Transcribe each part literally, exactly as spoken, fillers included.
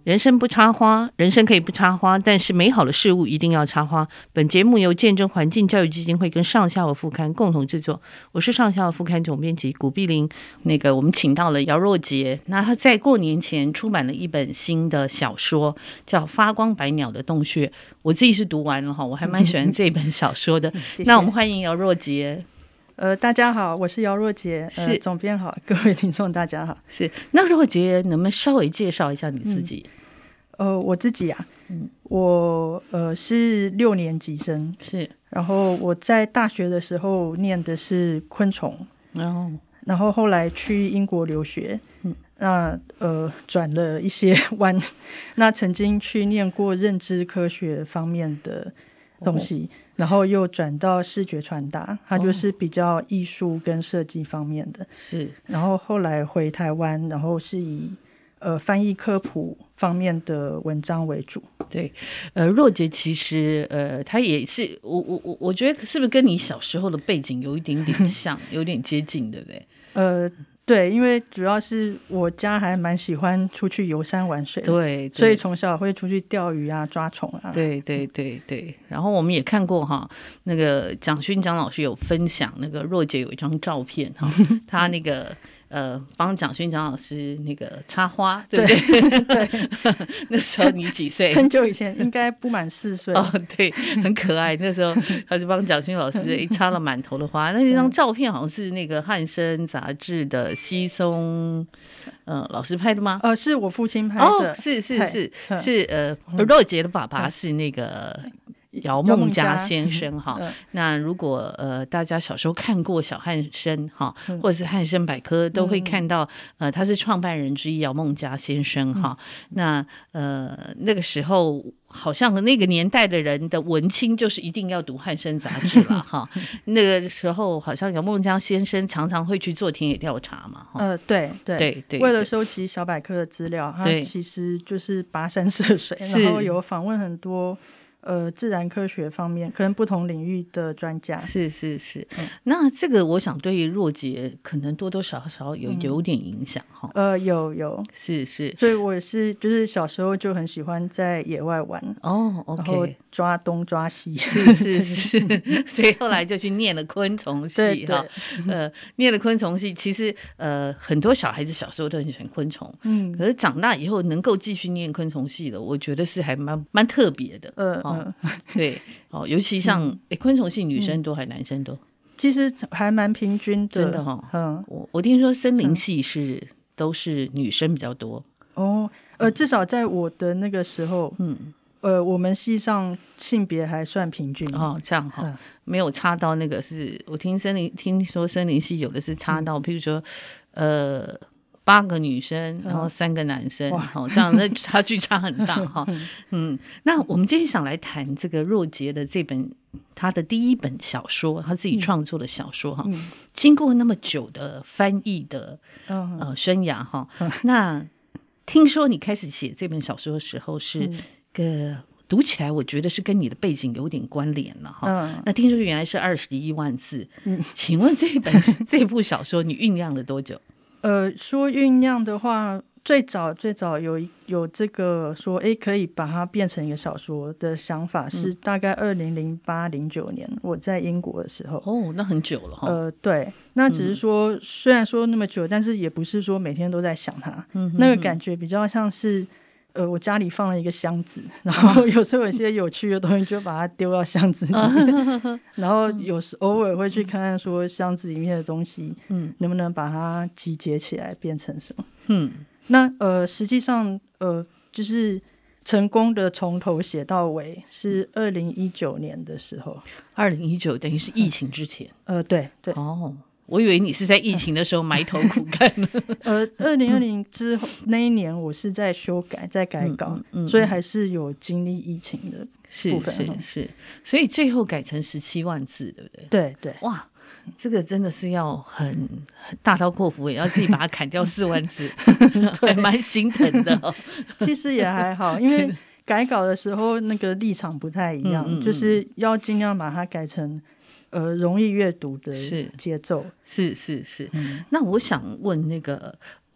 人生不插花，人生可以不插花，但是美好的事物一定要插花。本节目由见证环境教育基金会跟上下游副刊共同制作，我是上下游副刊总编辑古碧玲。那个我们请到了姚若杰，那他在过年前出版了一本新的小说，叫《发光百鸟的洞穴》。我自己是读完了哈，我还蛮喜欢这本小说的。谢谢。那我们欢迎姚若杰。 呃，大家好，我是姚若杰，呃、总编好，各位听众大家好。 是，那若杰能不能稍微介绍一下你自己？ 嗯、呃，我自己啊，嗯、我呃是六年级生， 是， 然后我在大学的时候念的是昆虫， 然后然后后来去英国留学，嗯，那呃转了一些弯，那曾经去念过认知科学方面的东西。哦，然后又转到视觉传达，它就是比较艺术跟设计方面的。 是， 然后后来回台湾，然后是以呃翻译科普方面的文章为主。 对，呃，若杰其实呃，他也是我我我我觉得是不是跟你小时候的背景有一点点像，有点接近，对不对？ 呃。对，因为主要是我家还蛮喜欢出去游山玩水的， 对， 对， 所以从小会出去钓鱼啊、抓虫啊。 对对对对。然后我们也看过哈，那个蒋勋蒋老师有分享，那个若杰有一张照片哈，他那个呃帮蒋勋蒋老师那个插花，对不对？对。对那时候你几岁？ 很久以前，应该不满四岁。 哦，对，很可爱。那时候他就帮蒋勋老师插了满头的花。那张照片好像是那个汉生杂志的西松呃老师拍的吗？ 呃，是我父亲拍的。哦， 是是是是呃，若杰的爸爸是那个姚梦家先生哈。嗯、那如果呃大家小时候看过小汉生哈，或者是汉生百科，都会看到呃他是创办人之一姚梦家先生哈。嗯、那呃那个时候好像那个年代的人的文青就是一定要读汉生杂志了哈。那个时候好像姚梦家先生常常会去做田野调查嘛。 呃，对对 对, 对, 对，为了收集小百科的资料，他其实就是跋山涉水，然后有访问很多。呃，自然科学方面可能不同领域的专家。 是是是、嗯、那这个我想对若杰可能多多少少有有点影响哈、 嗯。呃，有有是是， 所以我也是就是小时候就很喜欢在野外玩哦 ，OK， 然后抓东抓西， 是是是，所以后来就去念了昆虫系哈。呃，念了昆虫系，其实呃很多小孩子小时候都很喜欢昆虫，嗯，可是长大以后能够继续念昆虫系的，我觉得是还蛮蛮特别的，呃。哦、对，哦，尤其像、嗯欸、昆虫系女生多还男生多？ 其实还蛮平均的， 真的哈、哦。嗯，我我听说森林系是、嗯、都是女生比较多哦。呃，至少在我的那个时候，嗯，呃，我们系上性别还算平均哦，这样哈、哦嗯，没有差到那个是，我听森林听说森林系有的是差到，嗯、譬如说，呃。八个女生，然后三个男生，哦、这样的差距差很大哈。嗯，那我们今天想来谈这个若杰的这本他的第一本小说，他自己创作的小说哈、嗯。经过那么久的翻译的、嗯、呃生涯哈、嗯，那听说你开始写这本小说的时候是个、嗯、读起来，我觉得是跟你的背景有点关联了哈。嗯、那听说原来是二十一万字，嗯、请问这本这部小说你酝酿了多久？ 呃，说酝酿的话，最早最早有有这个说，哎，可以把它变成一个小说的想法，是大概二零零八零九年我在英国的时候。 哦，那很久了哈。 呃，对，那只是说、嗯、虽然说那么久，但是也不是说每天都在想它，嗯、哼哼那个感觉比较像是。呃，我家里放了一个箱子，然后有时候有些有趣的东西就把它丢到箱子里面，然后有时偶尔会去看看说箱子里面的东西，嗯，能不能把它集结起来变成什么？嗯，那呃，实际上呃，就是成功的从头写到尾是二零一九年的时候， 二零一九等于是疫情之前， 嗯、呃，对对， 哦。我以为你是在疫情的时候埋头苦干呢。 呃，二零二零之后那一年，我是在修改、在改稿，嗯嗯嗯、所以还是有经历疫情的部分。 是是是，所以最后改成十七万字，对不对？ 对对， 哇，这个真的是要很, 很大刀阔斧，也要自己把它砍掉四万字，还蛮心疼的、哦。 其实也还好，因为改稿的时候那个立场不太一样，嗯嗯嗯就是要尽量把它改成。呃，容易阅读的节奏是是是是、嗯。那我想问那个，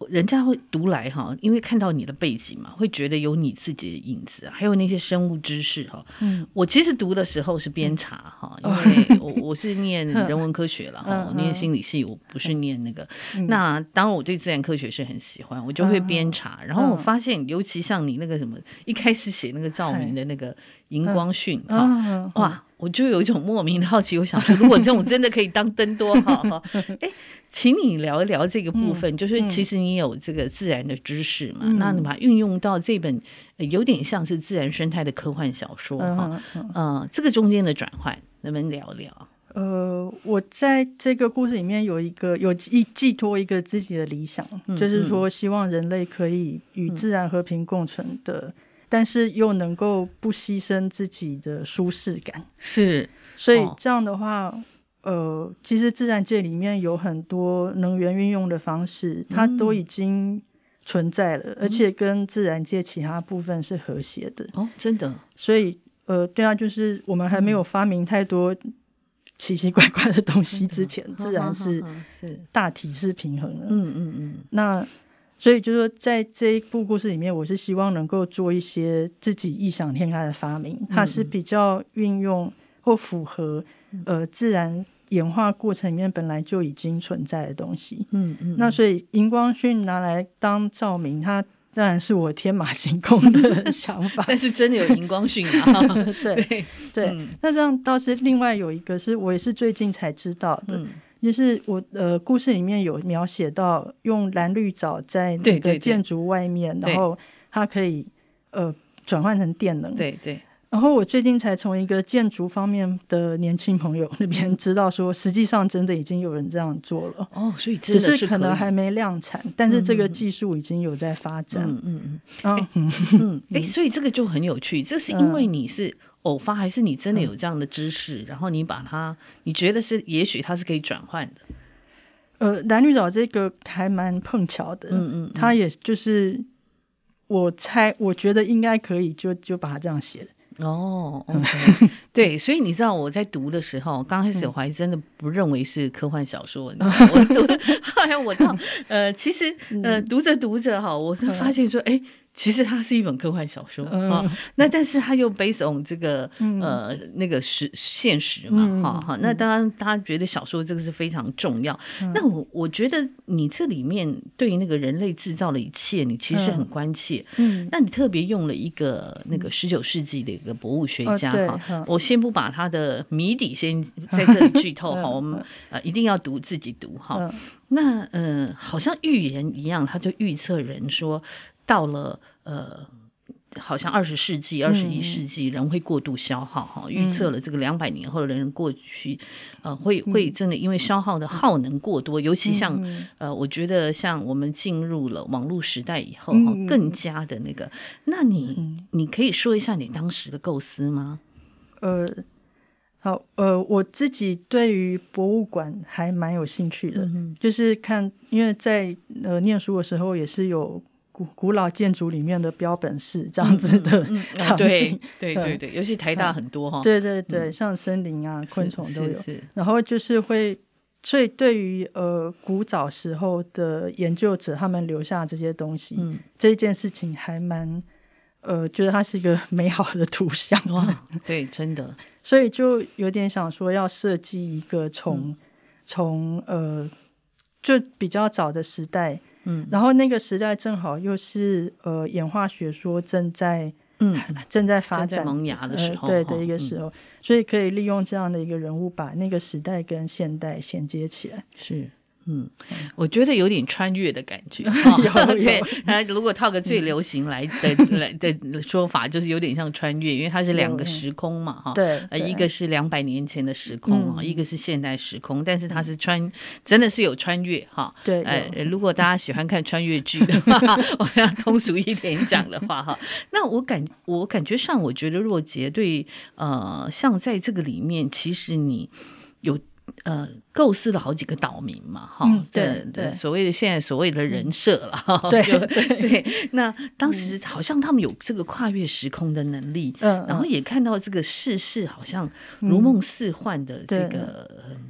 人家会读来哈，因为看到你的背景嘛，会觉得有你自己的影子，还有那些生物知识哈。嗯，我其实读的时候是边查哈，因为我我是念人文科学了哈，我念心理系，我不是念那个。那当然我对自然科学是很喜欢，我就会边查，然后我发现，尤其像你那个什么，一开始写那个照明的那个荧光讯哈，哇，我就有一种莫名的好奇，我想说，如果这种真的可以当灯多好哈！哎，请你聊一聊这个部分，嗯、就是其实你有这个自然的知识嘛，嗯、那你把它运用到这本、呃、有点像是自然生态的科幻小说哈，嗯、呃，这个中间的转换，能不能聊聊？ 呃，我在这个故事里面有一个有寄寄托一个自己的理想，嗯、就是说希望人类可以与自然和平共存的。嗯，但是又能够不牺牲自己的舒适感， 是， 所以这样的话，哦、呃，其实自然界里面有很多能源运用的方式，它都已经存在了，嗯、而且跟自然界其他部分是和谐的。 哦，真的。 所以，呃，对啊，就是我们还没有发明太多奇奇怪怪的东西之前，嗯、自然是大体是平衡的。 嗯嗯嗯。 那。所以就是说在这一部故事里面，我是希望能够做一些自己异想天开的发明，它是比较运用或符合呃自然演化过程里面本来就已经存在的东西。嗯嗯。那所以荧光讯拿来当照明，它当然是我天马行空的想法， 但是真的有荧光讯啊。 对对对、嗯。那这样倒是另外有一个是我也是最近才知道的。嗯，就是我呃故事里面有描写到用蓝绿藻在那个建筑外面，对对对，然后它可以呃转换成电能。 对对。 然后我最近才从一个建筑方面的年轻朋友那边知道说，实际上真的已经有人这样做了。 哦，所以真的是只是可能还没量产，但是这个技术已经有在发展。 嗯嗯嗯。哎、嗯嗯欸，所以这个就很有趣。这是因为你是偶发，还是你真的有这样的知识，嗯、然后你把它，你觉得是也许它是可以转换的？ 呃，蓝绿藻这个还蛮碰巧的。嗯 嗯, 嗯，它也就是我猜，我觉得应该可以就，就就把它这样写了。 哦 ，OK， 对，所以你知道我在读的时候，刚开始我还真的不认为是科幻小说，嗯、我读，后来我到呃，其实呃，读着读着哈，我就发现说，哎、嗯。其实它是一本科幻小说、嗯哦、那但是它又 based on 这个、嗯、呃那个实现实嘛，哈、嗯哦、那当然大家觉得小说这个是非常重要。嗯、那我我觉得你这里面对于那个人类制造的一切，你其实很关切。嗯，那你特别用了一个那个十九世纪的一个博物学家哈、哦，我先不把他的谜底先在这里剧透哈、嗯，我们呃一定要读自己读哈、嗯。那呃好像预言一样，他就预测人说。到了呃，好像二十世纪、二十一世纪，人会过度消耗哈，预测了这个两百年后的人过去，呃，会会真的因为消耗的耗能过多，尤其像呃，我觉得像我们进入了网络时代以后哈，更加的那个。那你你可以说一下你当时的构思吗？ 呃，好，呃，我自己对于博物馆还蛮有兴趣的，嗯、就是看，因为在呃念书的时候也是有。古古老建筑里面的标本室这样子的场景， 嗯嗯、对对对对，尤其台大很多哈、嗯， 对对对，像森林啊、昆虫都有。然后就是会，所以对于呃古早时候的研究者，他们留下这些东西，嗯、这一件事情还蛮呃，觉得它是一个美好的图像。 哇，对，真的。 所以就有点想说，要设计一个从从、嗯、呃，就比较早的时代。嗯，然后那个时代正好又是呃演化学说正在嗯正在发展正在萌芽的时候、 呃、对的一个时候、嗯、所以可以利用这样的一个人物把那个时代跟现代衔接起来。 是嗯，我觉得有点穿越的感觉。哦、对，如果套个最流行来的、嗯、来的说法，就是有点像穿越，因为它是两个时空嘛，哈。 对， 呃，一个是两百年前的时空、嗯、一个是现代时空，但是它是穿，真的是有穿越哈。 对， 呃，如果大家喜欢看穿越剧的话，我要通俗一点讲的话哈，那我感我感觉上，我觉得若杰对呃，像在这个里面，其实你有。呃，构思了好几个岛民嘛，哈、嗯，对对，所谓的现在所谓的人设了，嗯、 对对对。那当时好像他们有这个跨越时空的能力，嗯，然后也看到这个世事好像如梦似幻的这个、嗯、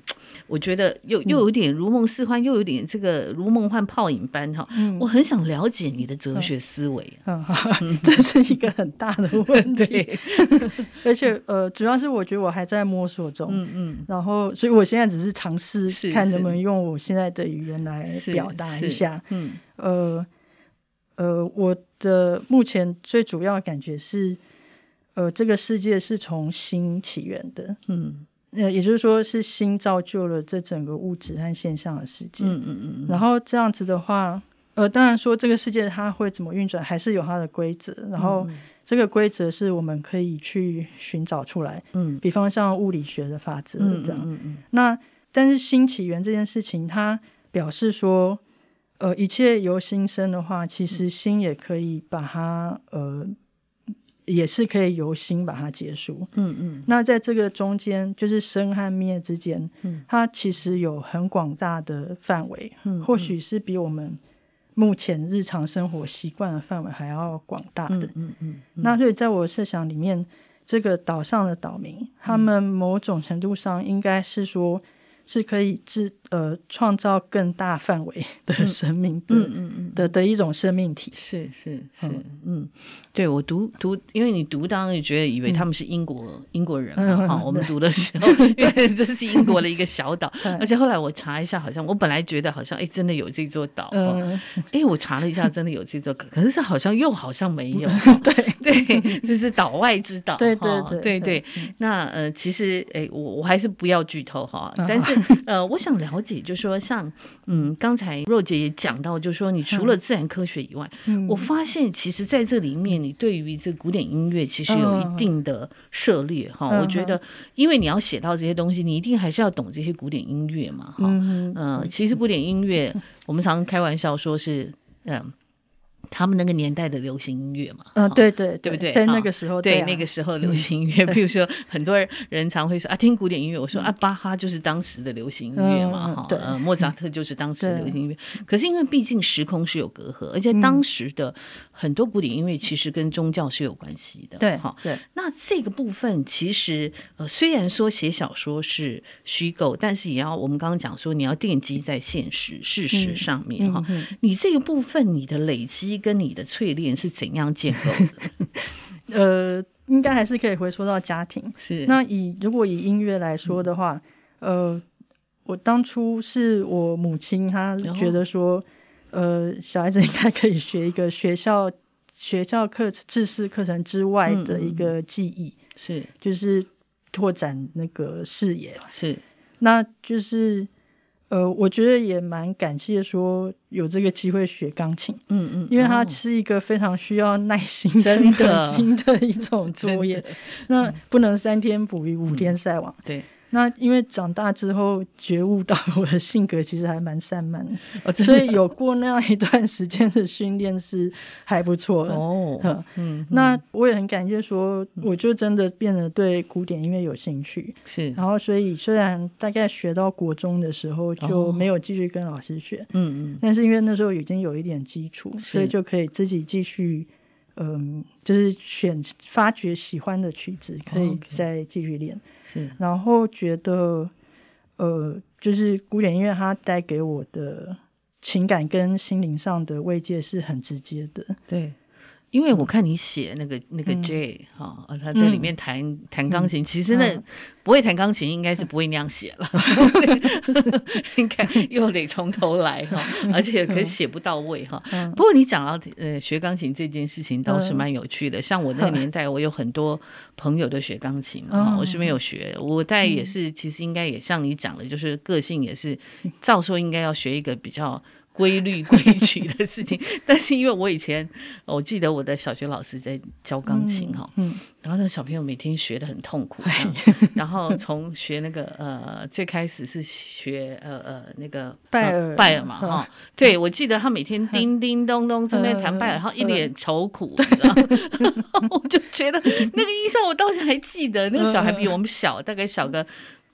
我觉得又又有点如梦似幻，又有点这个如梦幻泡影般哈、嗯。我很想了解你的哲学思维， 嗯嗯、这是一个很大的问题。而且呃，主要是我觉得我还在摸索中，嗯嗯，然后所以我现在只是尝试看能不能用我现在的语言来表达一下，嗯，呃呃，我的目前最主要的感觉是，呃，这个世界是从心起源的，嗯。呃，也就是说是心造就了这整个物质和现象的世界，嗯嗯嗯。然后这样子的话，呃，当然说这个世界它会怎么运转，还是有它的规则，然后这个规则是我们可以去寻找出来，嗯，比方像物理学的法则这样，嗯嗯嗯。那但是心起源这件事情，它表示说，呃，一切由心生的话，其实心也可以把它呃。也是可以由心把它结束，嗯嗯。那在这个中间，就是生和灭之间，嗯，它其实有很广大的范围，嗯，或许是比我们目前日常生活习惯的范围还要广大的，嗯嗯嗯。那所以在我的设想里面，这个岛上的岛民，他们某种程度上应该是说，是可以制呃创造更大范围的生命的、嗯嗯嗯、的的一种生命体， 是是是，嗯，嗯对我读读，因为你读当然觉得以为他们是英国、嗯、英国人嘛，哈、嗯，我们读的时候，因为这是英国的一个小岛，而且后来我查一下，好像我本来觉得好像哎真的有这座岛，嗯，哎我查了一下，真的有这座，可是好像又好像没有， 对对，这是岛外之岛， 对对对对 对, 对。那呃，其实哎，我我还是不要剧透哈，但是。呃，我想了解，就是说像嗯，刚才若姐也讲到，就是说你除了自然科学以外，嗯、我发现其实在这里面，你对于这古典音乐其实有一定的涉猎哈、嗯。我觉得，因为你要写到这些东西，你一定还是要懂这些古典音乐嘛哈。嗯、呃、其实古典音乐，我们常常开玩笑说是嗯。呃他们那个年代的流行音乐嘛， 嗯，对对对不对？ 在那个时候， 对、 啊、 那个时候流行音乐，比、嗯、如说很多人常会说啊，听古典音乐，我说、嗯、啊，巴哈就是当时的流行音乐嘛，哈、嗯，呃，莫扎特就是当时的流行音乐。可是因为毕竟时空是有隔阂，而且当时的很多古典音乐其实跟宗教是有关系的， 对， 哈， 对。 那这个部分其实呃，虽然说写小说是虚构，但是也要我们刚刚讲说，你要奠基在现实事实上面哈、嗯嗯嗯。你这个部分，你的累积跟你的淬炼是怎样建构的？ 呃，应该还是可以回说到家庭。 是那以如果以音乐来说的话，嗯、呃，我当初是我母亲，她觉得说，哦、呃，小孩子应该可以学一个学校学校课制式课程之外的一个技艺， 嗯、是就是拓展那个视野。 是， 那就是。呃，我觉得也蛮感谢说有这个机会学钢琴，嗯嗯，因为它是一个非常需要耐心、 真的心的一种作业，那不能三天捕鱼五天晒网， 嗯、对。 那因为长大之后觉悟到我的性格其实还蛮散漫的，哦、所以有过那样一段时间的训练是还不错的哦。嗯, 嗯，那我也很感谢说，我就真的变得对古典音乐有兴趣， 是。 然后所以虽然大概学到国中的时候就没有继续跟老师学，嗯嗯，但是因为那时候已经有一点基础，所以就可以自己继续。嗯，就是选发掘喜欢的曲子，可以再继续练。 是， 然后觉得，呃，就是古典音乐它带给我的情感跟心灵上的慰藉是很直接的。 对。因为我看你写那个、嗯、那个 J 哈、嗯哦，他在里面弹、嗯、弹钢琴，其实那、嗯、不会弹钢琴应该是不会那样写了，应该又得从头来哈，而且可是写不到位哈、嗯。不过你讲到呃学钢琴这件事情倒是蛮有趣的，嗯、像我那个年代，我有很多朋友都学钢琴嘛、嗯，我是没有学，我大概也是、嗯、其实应该也像你讲的，就是个性也是，照说应该要学一个比较。规律规矩的事情，但是因为我以前我记得我的小学老师在教钢琴哈、嗯嗯，然后那小朋友每天学得很痛苦，然后从学那个呃最开始是学呃呃那个拜尔、呃、 拜尔嘛哈、嗯，对我记得他每天叮叮咚咚这边弹拜尔，然后一脸愁苦，你知道我就觉得那个印象我到现在还记得，那个小孩比我们小，大概小个。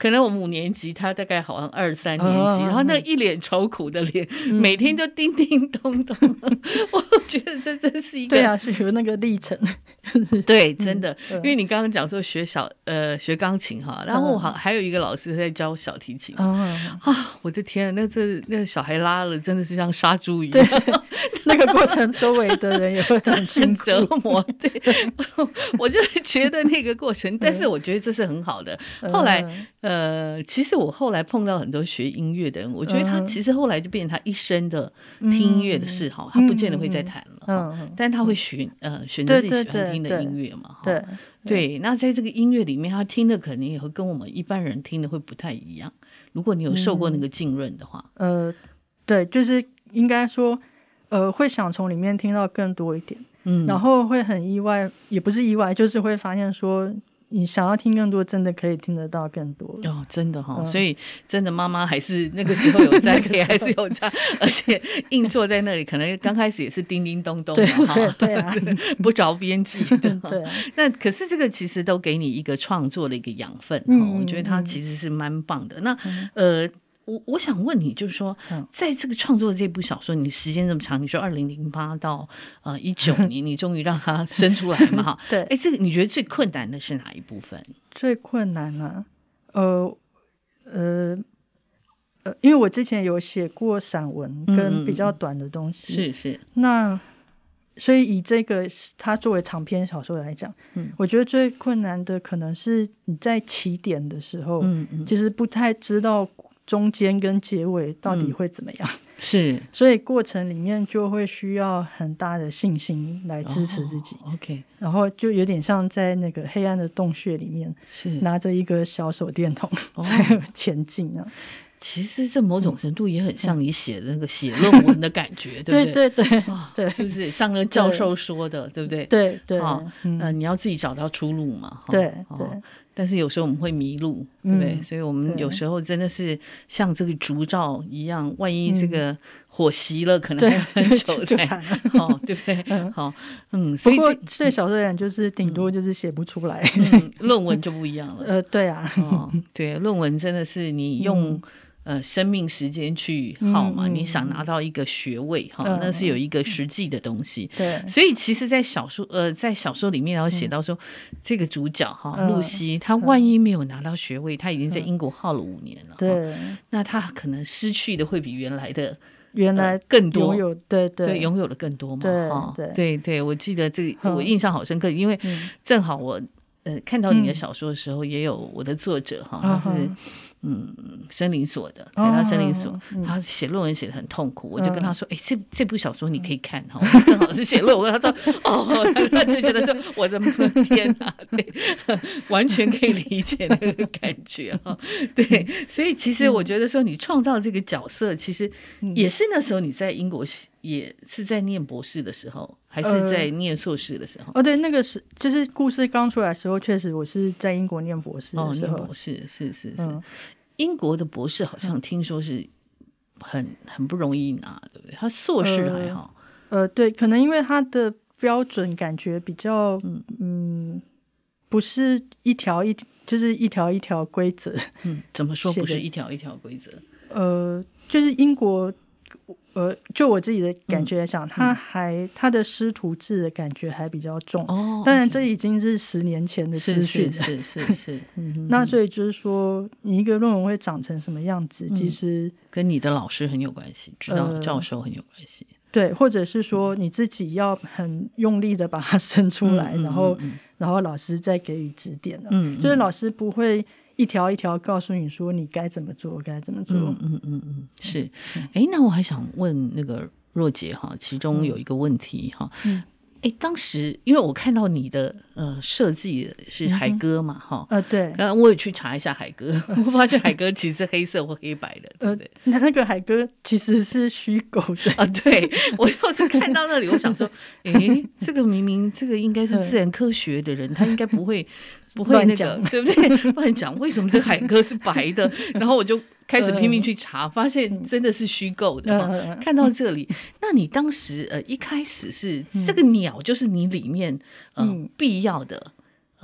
可能我们五年级，他大概好像二三年级，然后那一脸愁苦的脸，每天就叮叮咚咚，我觉得这真是一个对啊，是有那个历程， 对，真的，因为你刚刚讲说学小呃学钢琴哈，然后我好还有一个老师在教小提琴啊，我的天，那这那小孩拉了真的是像杀猪一样， 那个过程周围的人也会很辛苦折磨，对，我就觉得那个过程，但是我觉得这是很好的。后来呃，其实我后来碰到很多学音乐的人，我觉得他其实后来就变成他一生的听音乐的嗜好，他不见得会再弹了，但他会选呃选择自己喜欢听的音乐嘛， 对对。那在这个音乐里面，他听的肯定也会跟我们一般人听的会不太一样。如果你有受过那个浸润的话， 呃，对，就是应该说。呃，会想从里面听到更多一点，嗯，然后会很意外，也不是意外，就是会发现说，你想要听更多，真的可以听得到更多哦，真的哈、哦嗯，所以真的妈妈还是那个时候有栽培，还是有差，而且硬坐在那里，可能刚开始也是叮叮咚咚， 对对对啊， 不着边际的， 对、啊。 那可是这个其实都给你一个创作的一个养分，嗯，我觉得它其实是蛮棒的。那呃。我我想问你，就是说，在这个创作这部小说，你时间这么长，你说二零零八到呃一九年，你终于让它生出来嘛？哈， 对， 哎，这个你觉得最困难的是哪一部分？ 最困难啊，呃呃呃，因为我之前有写过散文跟比较短的东西， 嗯、是是， 那所以以这个它作为长篇小说来讲，嗯，我觉得最困难的可能是你在起点的时候，嗯嗯，其实不太知道。中间跟结尾到底会怎么样、嗯、 是， 所以过程里面就会需要很大的信心来支持自己、 哦、OK， 然后就有点像在那个黑暗的洞穴里面是拿着一个小手电筒在前进啊、哦， 其实这某种程度也很像你写的那个写论文的感觉，对不对？对对对、哦、对， 是不是像那教授说的，对不对？ 对对， 哦嗯、呃，你要自己找到出路嘛， 对对。 哦，但是有时候我们会迷路，对不对？嗯、所以我们有时候真的是像这个烛照一样，万一这个火熄了，嗯、可能还很久才好、哦，对不对？嗯、好，嗯，所以不过对小说来讲，就是顶多就是写不出来， 嗯、论文就不一样了。 呃，对啊， 哦，对，论文真的是你用。嗯呃，生命时间去耗嘛、嗯嗯，你想拿到一个学位哈、嗯，那是有一个实际的东西。对、嗯，所以其实，在小说呃，在小说里面，然后写到说，嗯、这个主角哈，露西，她万一没有拿到学位，她已经在英国耗了五年了。对、嗯，那她可能失去的会比原来的原来、呃、 更多， 拥有对 对, 对拥有的更多嘛。 对、 哦、 对对对，我记得这个我印象好深刻，因为正好我呃看到你的小说的时候，也有我的作者哈，他是。嗯，森林所的，台大森林所，哦嗯、他写论文写得很痛苦，我就跟他说：“哎、欸，这这部小说你可以看哈。嗯”正好是写论文，他说：“哦，他就觉得说我的天哪，对，完全可以理解那个感觉哈。”对，所以其实我觉得说你创造这个角色，其实也是那时候你在英国也是在念博士的时候，还是在念硕士的时候？ 呃、哦，对，那个是就是故事刚出来的时候，确实我是在英国念博士的时候。哦， 念博士是是是。嗯，英国的博士好像听说是很很不容易拿，对不对？他硕士还好。 呃，呃对，可能因为他的标准感觉比较，嗯嗯，不是一条一就是一条一条规则。 嗯，怎么说不是一条一条规则？ 呃，就是英国。呃，就我自己的感觉来讲，嗯、他还他的师徒制的感觉还比较重。哦，当然这已经是十年前的资讯了。 是是是是。嗯、 那所以就是说，你一个论文会长成什么样子，嗯、其实跟你的老师很有关系，指导教授很有关系。呃、 对，或者是说你自己要很用力的把它生出来，嗯、然后、嗯、然后老师再给予指点。嗯，就是老师不会。一条一条告诉你说你该怎么做，该怎么做。 嗯嗯嗯嗯，是。哎，那我还想问那个若杰哈，其中有一个问题哈。嗯。哎，当时因为我看到你的呃设计是海鸽嘛，哈、 嗯，呃，对， 刚刚我也去查一下海鸽，我发现海鸽其实是黑色或黑白的，对不对？ 呃，那个海鸽其实是虚构的啊。对，我就是看到那里，我想说，哎，这个明明这个应该是自然科学的人，他应该不会不会那个，对不对？乱讲，为什么这个海鸽是白的？然后我就。开始拼命去查，发现真的是虚构的、嗯、看到这里，那你当时呃一开始是、嗯、这个鸟就是你里面呃、嗯、必要的呃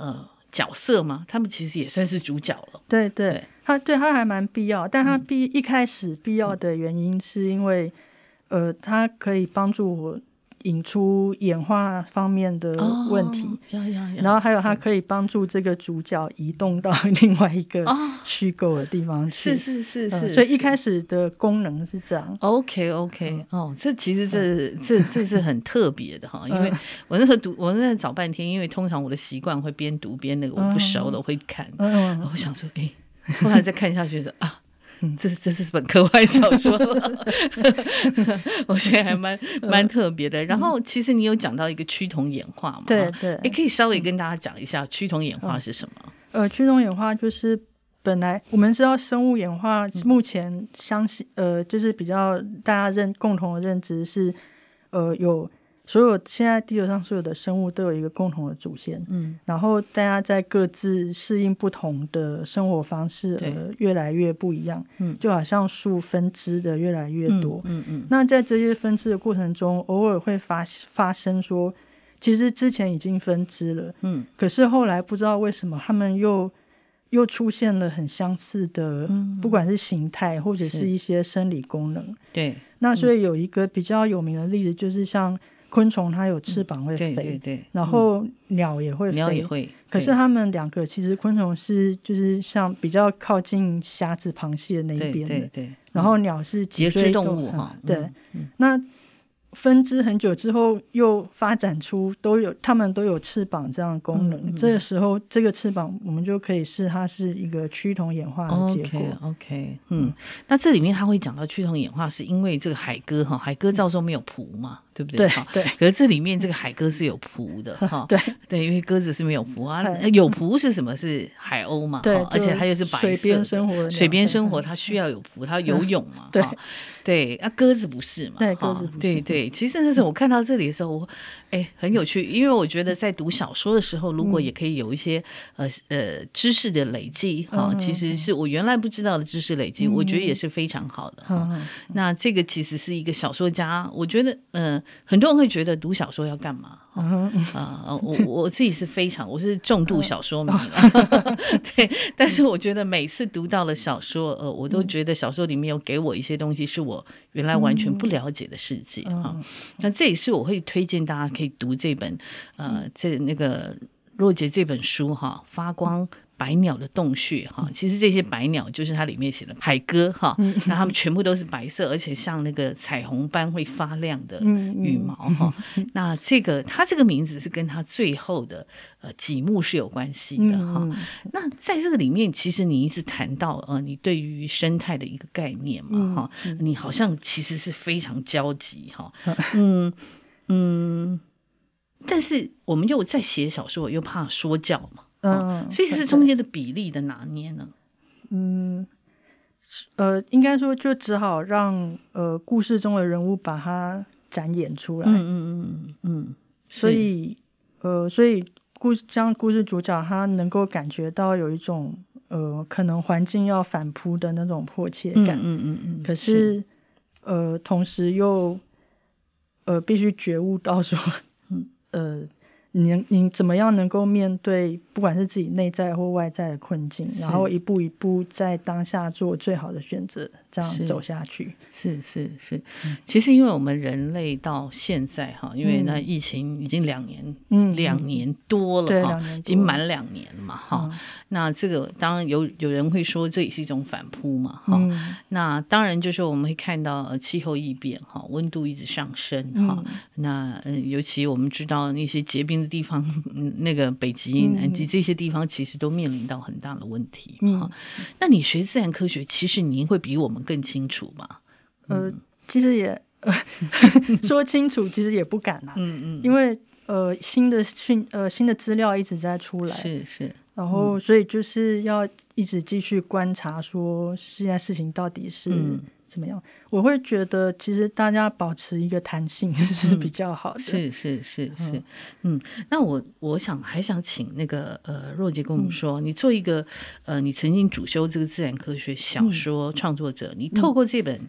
角色吗？他们其实也算是主角了。 对对，对他对他还蛮必要，但他必、嗯、一开始必要的原因是因为，呃，他可以帮助我引出演化方面的问题，哦、 呀呀呀， 然后还有它可以帮助这个主角移动到另外一个虚构的地方去， 哦、是是是是、呃， 所以一开始的功能是这样。 OK OK，、嗯、哦，这其实这、嗯、这这是很特别的哈，因为我那时候读，我那时候找半天，因为通常我的习惯会边读边那个我不熟的我会看，嗯、我想说，哎，后来再看下去说啊。这这是本科幻小说了我觉得还蛮蛮特别的。然后其实你有讲到一个趋同演化嘛？ 对对， 也可以稍微跟大家讲一下趋同演化是什么？ 嗯、呃，趋同演化就是本来我们知道生物演化目前相信呃就是比较大家认共同的认知是呃有。所有现在地球上所有的生物都有一个共同的祖先，嗯，然后大家在各自适应不同的生活方式而越来越不一样，嗯，就好像树分支的越来越多，嗯 嗯, 嗯，那在这些分支的过程中，偶尔会发发生说，其实之前已经分支了，嗯，可是后来不知道为什么他们又又出现了很相似的，嗯、不管是形态或者是一些生理功能， 对， 那所以有一个比较有名的例子就是像。昆虫它有翅膀会飞， 嗯、对对对， 然后鸟也会飞， 鸟也会。 可是它们两个其实昆虫是就是像比较靠近虾子、螃蟹那一边的， 对对对。 然后鸟是节肢动物哈、 嗯，对、嗯。那分支很久之后又发展出都有它们都有翅膀这样的功能、嗯嗯、这个时候这个翅膀我们就可以视它是一个趋同演化的结果。 OK OK 嗯，那这里面他会讲到趋同演化是因为这个海鸽哈，海鸽照说没有蹼嘛，对不对？ 对对。 可是这里面这个海鸽是有蹼的哈， 对对，因为鸽子是没有蹼啊，有蹼是什么？是海鸥嘛， 对， 而且它又是白色的， 水边生活的， 水边生活它需要有蹼，它游泳嘛， 对对，啊，鸽子不是嘛， 对，鸽子不是， 对对。其实那时候我看到这里的时候，我哎很有趣，因为我觉得在读小说的时候，如果也可以有一些、嗯、呃呃知识的累积哈、嗯，其实是我原来不知道的知识累积，嗯、我觉得也是非常好的。嗯嗯、那这个其实是一个小说家，我觉得呃很多人会觉得读小说要干嘛？啊、呃，我我自己是非常，我是重度小说迷了，对。但是我觉得每次读到了小说，呃，我都觉得小说里面有给我一些东西，是我原来完全不了解的世界哈。那、嗯、这也是我会推荐大家可以读这本，呃，这那个若杰这本书哈，发光。百鸟的洞穴哈，其实这些百鸟就是它里面写的海鸽哈，那它们全部都是白色，而且像那个彩虹般会发亮的羽毛哈。那这个它这个名字是跟它最后的呃几幕是有关系的哈。那在这个里面，其实你一直谈到呃你对于生态的一个概念嘛哈，你好像其实是非常焦急哈，嗯嗯，但是我们又在写小说，又怕说教嘛。嗯，所以是中间的比例的拿捏呢？ 嗯，呃，应该说就只好让呃故事中的人物把它展演出来。嗯嗯嗯嗯。所以呃，所以故将故事主角他能够感觉到有一种呃可能环境要反扑的那种迫切感。嗯嗯嗯嗯。可是, 是呃，同时又呃必须觉悟到说，呃。你你怎么样能够面对不管是自己内在或外在的困境，然后一步一步在当下做最好的选择，这样走下去。 是是是、嗯、其实因为我们人类到现在哈，因为那疫情已经两年、嗯、两年多了哈，已经满两年了嘛哈、嗯。那这个当然有有人会说这也是一种反扑嘛哈、嗯。那当然就是我们会看到气候异变哈，温度一直上升哈、嗯。那、呃、尤其我们知道那些结冰的地方，那个北极、南极这些地方其实都面临到很大的问题、嗯、那你学自然科学，其实您会比我们更清楚吧？ 呃，其实也、呃、说清楚，其实也不敢啊。嗯嗯，因为呃新的讯呃新的资料一直在出来， 是是， 然后所以就是要一直继续观察，说现在事情到底是。嗯怎么样？我会觉得其实大家保持一个弹性是比较好的。嗯、 是是是是，嗯，嗯那我我想还想请那个呃若杰跟我们说，嗯、你做一个呃你曾经主修这个自然科学小说创作者，嗯、你透过这本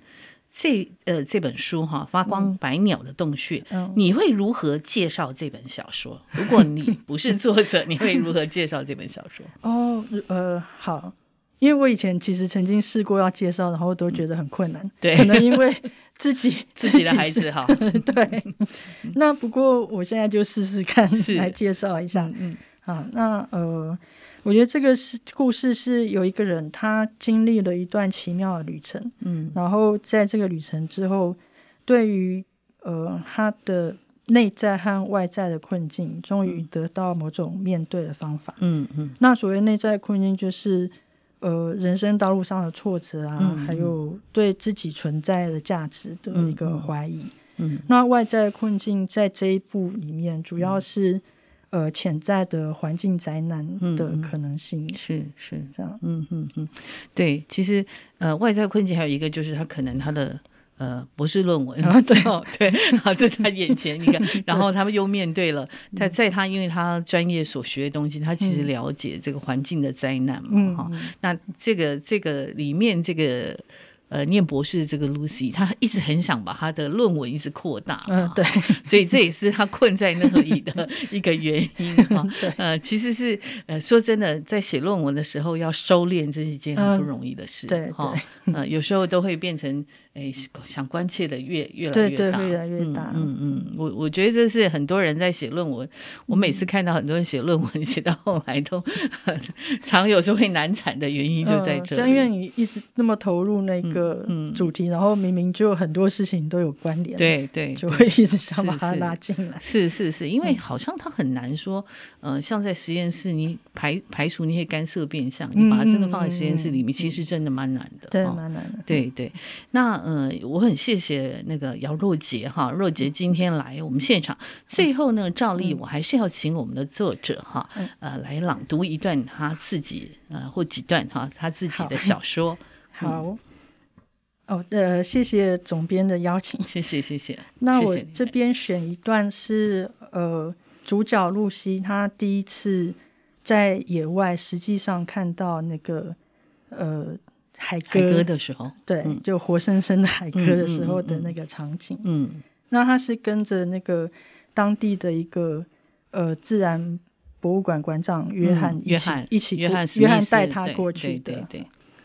这呃这本书哈，发光百鸟的洞穴， 嗯、 你会如何介绍这本小说？如果你不是作者，你会如何介绍这本小说？ 哦，呃，好。因为我以前其实曾经试过要介绍，然后都觉得很困难， 对， 可能因为自己自己的孩子哈， 对。那不过我现在就试试看来介绍一下，嗯嗯，好，那呃，我觉得这个是故事是有一个人他经历了一段奇妙的旅程，嗯，然后在这个旅程之后，对于呃他的内在和外在的困境，终于得到某种面对的方法，嗯嗯。那所谓内在困境就是呃，人生道路上的挫折啊，嗯、还有对自己存在的价值的一个怀疑。嗯，嗯那外在的困境在这一部里面，主要是、嗯、呃潜在的环境灾难的可能性。 嗯、是是这样。 嗯嗯嗯，对，其实呃外在困境还有一个就是他可能他的。呃，博士论文啊，对、 哦、对，好，在他眼前，你看，然后他们又面对了他，在他因为他专业所学的东西，他其实了解这个环境的灾难嘛，哈、嗯，那这个这个里面这个。呃，念博士这个 Lucy， 她一直很想把她的论文一直扩大， 嗯、呃，对， 所以这也是她困在那里的一个原因哈。对，呃，其实是呃，说真的，在写论文的时候要收敛，这是一件很不容易的事， 嗯、对哈。呃，有时候都会变成，哎，想关切的越越来越大， 对对，越来越大。 嗯嗯嗯，我我觉得这是很多人在写论文，我每次看到很多人写论文，写到后来都常有时候会难产的原因就在这里， 嗯、因为你一直那么投入那个。嗯，主题，然后明明就很多事情都有关联， 对对， 就会一直想把它拉进来。 是是 是, 是，因为好像它很难说，呃，像在实验室，你排排除那些干涉变项，你把它真的放在实验室里面，嗯、其实真的蛮难的， 对，蛮难的。 对对，那呃，我很谢谢那个姚若杰哈，若杰今天来我们现场，最后呢，照例我还是要请我们的作者哈，呃，来朗读一段他自己呃或几段哈他自己的小说。 好。好嗯哦，呃，谢谢总编的邀请， 谢谢谢谢。 那我这边选一段是呃，主角露西她第一次在野外实际上看到那个呃海鸽, 海鸽的时候， 对、嗯，就活生生的海鸽的时候的那个场景。嗯，嗯嗯那他是跟着那个当地的一个呃自然博物馆馆长约翰一起、嗯、约翰一起约翰约翰带他过去的。 对对对对。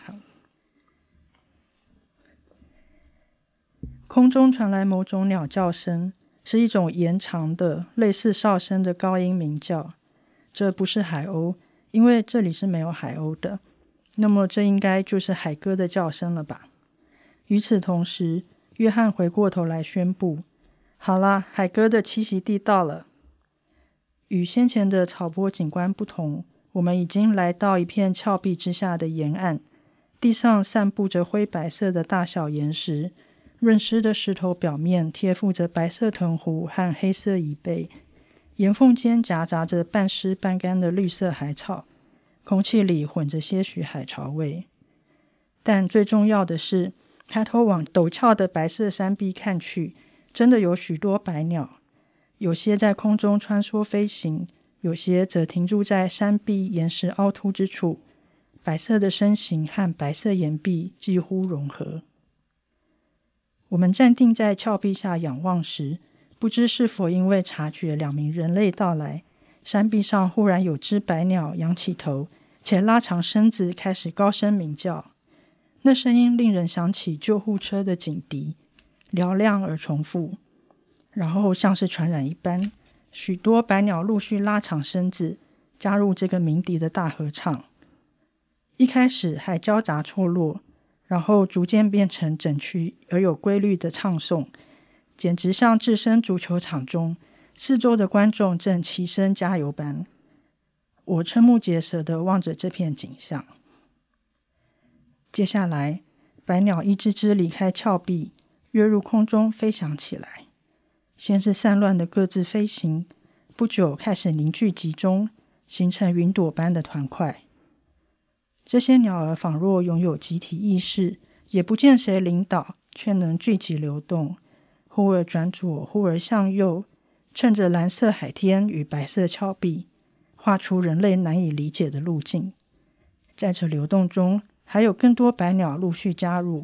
空中传来某种鸟叫声，是一种延长的类似哨声的高音鸣叫。这不是海鸥，因为这里是没有海鸥的。那么这应该就是海鸽的叫声了吧。与此同时，约翰回过头来宣布，好啦，海鸽的栖息地到了。与先前的草坡景观不同，我们已经来到一片峭壁之下的沿岸，地上散布着灰白色的大小岩石，润湿的石头表面贴附着白色藤壶和黑色椅背，岩缝间夹杂着半湿半干的绿色海草，空气里混着些许海潮味。但最重要的是，抬头往陡峭的白色山壁看去，真的有许多白鸟，有些在空中穿梭飞行，有些则停驻在山壁岩石凹凸之处，白色的身形和白色岩壁几乎融合。我们站定在峭壁下仰望时，不知是否因为察觉两名人类到来，山壁上忽然有只白鸟仰起头，且拉长身子开始高声鸣叫。那声音令人想起救护车的警笛，嘹亮而重复。然后像是传染一般，许多白鸟陆续拉长身子，加入这个鸣笛的大合唱。一开始还交杂错落，然后逐渐变成整齐而有规律的唱诵，简直像置身足球场中，四周的观众正齐声加油般。我瞠目结舌地望着这片景象。接下来，白鸟一只只离开峭壁，跃入空中飞翔起来。先是散乱的各自飞行，不久开始凝聚集中，形成云朵般的团块。这些鸟儿仿若拥有集体意识，也不见谁领导，却能聚集流动，忽而转左，忽而向右，趁着蓝色海天与白色峭壁，画出人类难以理解的路径。在这流动中，还有更多白鸟陆续加入，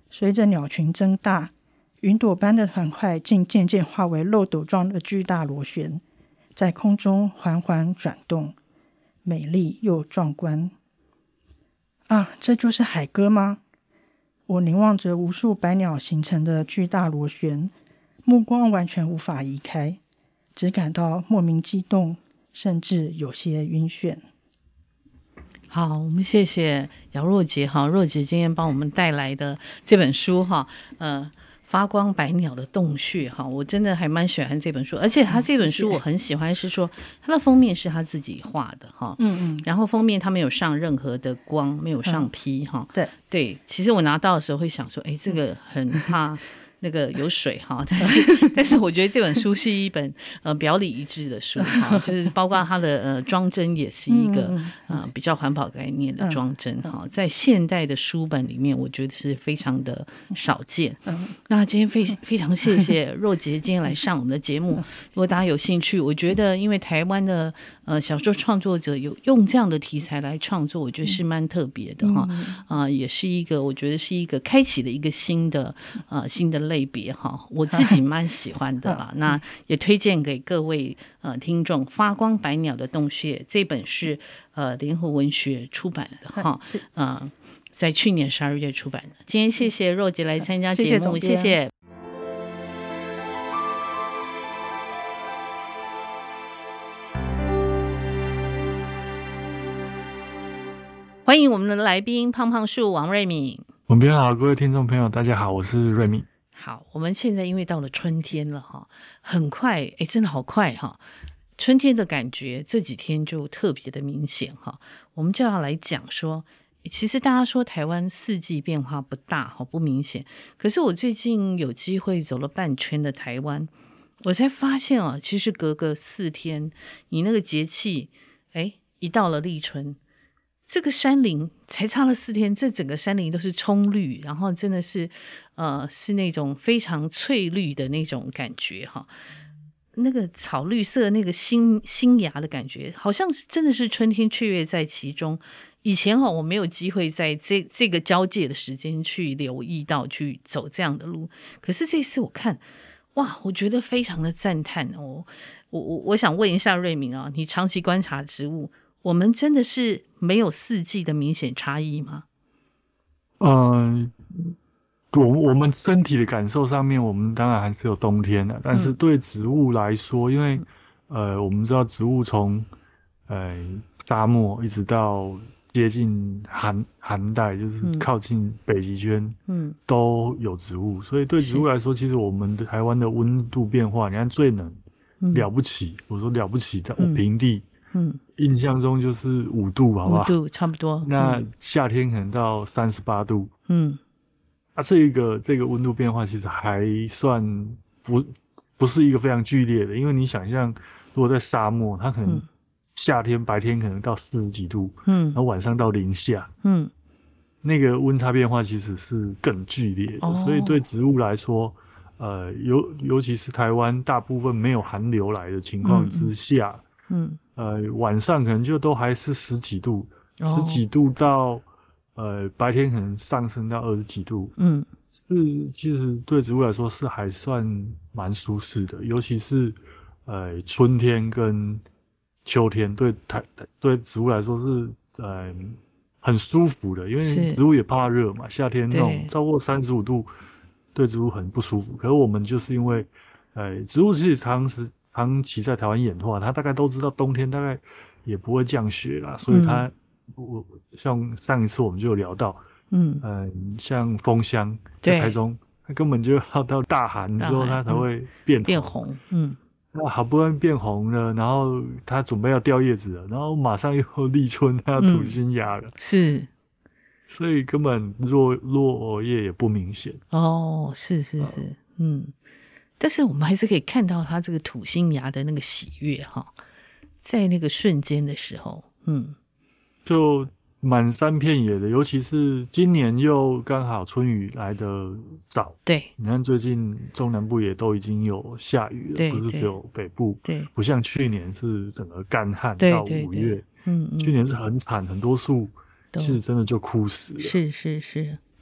随着鸟群增大，云朵般的团块竟渐渐化为漏斗状的巨大螺旋，在空中缓缓转动，美丽又壮观。啊，这就是海鸽吗？我凝望着无数百鸟形成的巨大螺旋，目光完全无法移开，只感到莫名激动，甚至有些晕眩。 好，我们谢谢姚若杰哈，若杰今天帮我们带来的这本书哈，呃，发光百鸟的洞穴哈，我真的还蛮喜欢这本书，而且他这本书我很喜欢，是说他的封面是他自己画的哈，嗯嗯，然后封面他没有上任何的光，没有上批哈、嗯， 对对， 其实我拿到的时候会想说，哎，这个很怕。那个有水哈，但是但是我觉得这本书是一本呃表里一致的书哈，就是包括它的呃装帧也是一个呃比较环保概念的装帧哈，在现代的书本里面，我觉得是非常的少见。那今天非非常谢谢若杰今天来上我们的节目，如果大家有兴趣，我觉得因为台湾的呃小说创作者有用这样的题材来创作，我觉得是蛮特别的哈，啊、呃、也是一个我觉得是一个开启的一个新的呃新的类别哈，我自己蛮喜欢的啦。那也推荐给各位呃听众，《发光百鸟的洞穴》这本是呃联合文学出版的哈，呃，在去年十二月出版的。今天谢谢若杰来参加节目，谢谢。谢谢欢迎我们的来宾胖胖树王瑞敏。 文编好，各位听众朋友大家好，我是瑞敏。 好，我们现在因为到了春天了哈，很快哎，真的好快哈，春天的感觉这几天就特别的明显哈。我们就要来讲说，其实大家说台湾四季变化不大哈，不明显，可是我最近有机会走了半圈的台湾，我才发现啊，其实隔个四天，你那个节气哎，一到了立春，这个山林才差了四天，这整个山林都是葱绿，然后真的是呃是那种非常翠绿的那种感觉哈，那个草绿色那个新新芽的感觉，好像真的是春天雀跃在其中。以前哈我没有机会在这这个交界的时间去留意到去走这样的路，可是这次我看哇，我觉得非常的赞叹哦。我我我想问一下瑞敏啊，你长期观察植物，我们真的是没有四季的明显差异吗？ 嗯、呃，我我们身体的感受上面，我们当然还是有冬天的，但是对植物来说，嗯、因为呃，我们知道植物从呃沙漠一直到接近寒寒带，就是靠近北极圈，嗯，都有植物，所以对植物来说，其实我们的台湾的温度变化，你看最冷、嗯、了不起，我说了不起，在我平地。嗯，印象中就是五度，好不好？ 五度差不多。 那夏天可能到三十八度。嗯，啊，这个这个温度变化其实还算不不是一个非常剧烈的，因为你想象，如果在沙漠，它可能夏天白天可能到四十几度，嗯，然后晚上到零下，嗯，那个温差变化其实是更剧烈的，哦、所以对植物来说，呃，尤尤其是台湾大部分没有寒流来的情况之下。嗯嗯，呃，晚上可能就都还是十几度，哦、十几度到呃白天可能上升到二十几度，嗯，是其实对植物来说是还算蛮舒适的，尤其是呃春天跟秋天，对台对植物来说是呃很舒服的，因为植物也怕热嘛，夏天那种超过三十五度对植物很不舒服。可是我们就是因为呃植物其实常时。长期在台湾演化，他大概都知道冬天大概也不会降雪啦，所以他、嗯、我像上一次我们就有聊到，嗯呃，像枫香在台中，它根本就要到大寒之后它才会变红变红，嗯， 那好不容易变红了，然后它准备要掉叶子了，然后马上又立春，它要吐新芽了，嗯、 是， 所以根本落落叶也不明显。 哦，是是是，呃、嗯。但是我们还是可以看到它这个吐新芽的那个喜悦哈，在那个瞬间的时候，嗯， 就满山遍野的，尤其是今年又刚好春雨来得早， 对， 你看最近中南部也都已经有下雨了，不是只有北部， 对， 不像去年是整个干旱到五月，嗯嗯，去年是很惨，很多树其实真的就枯死了， 是是是。对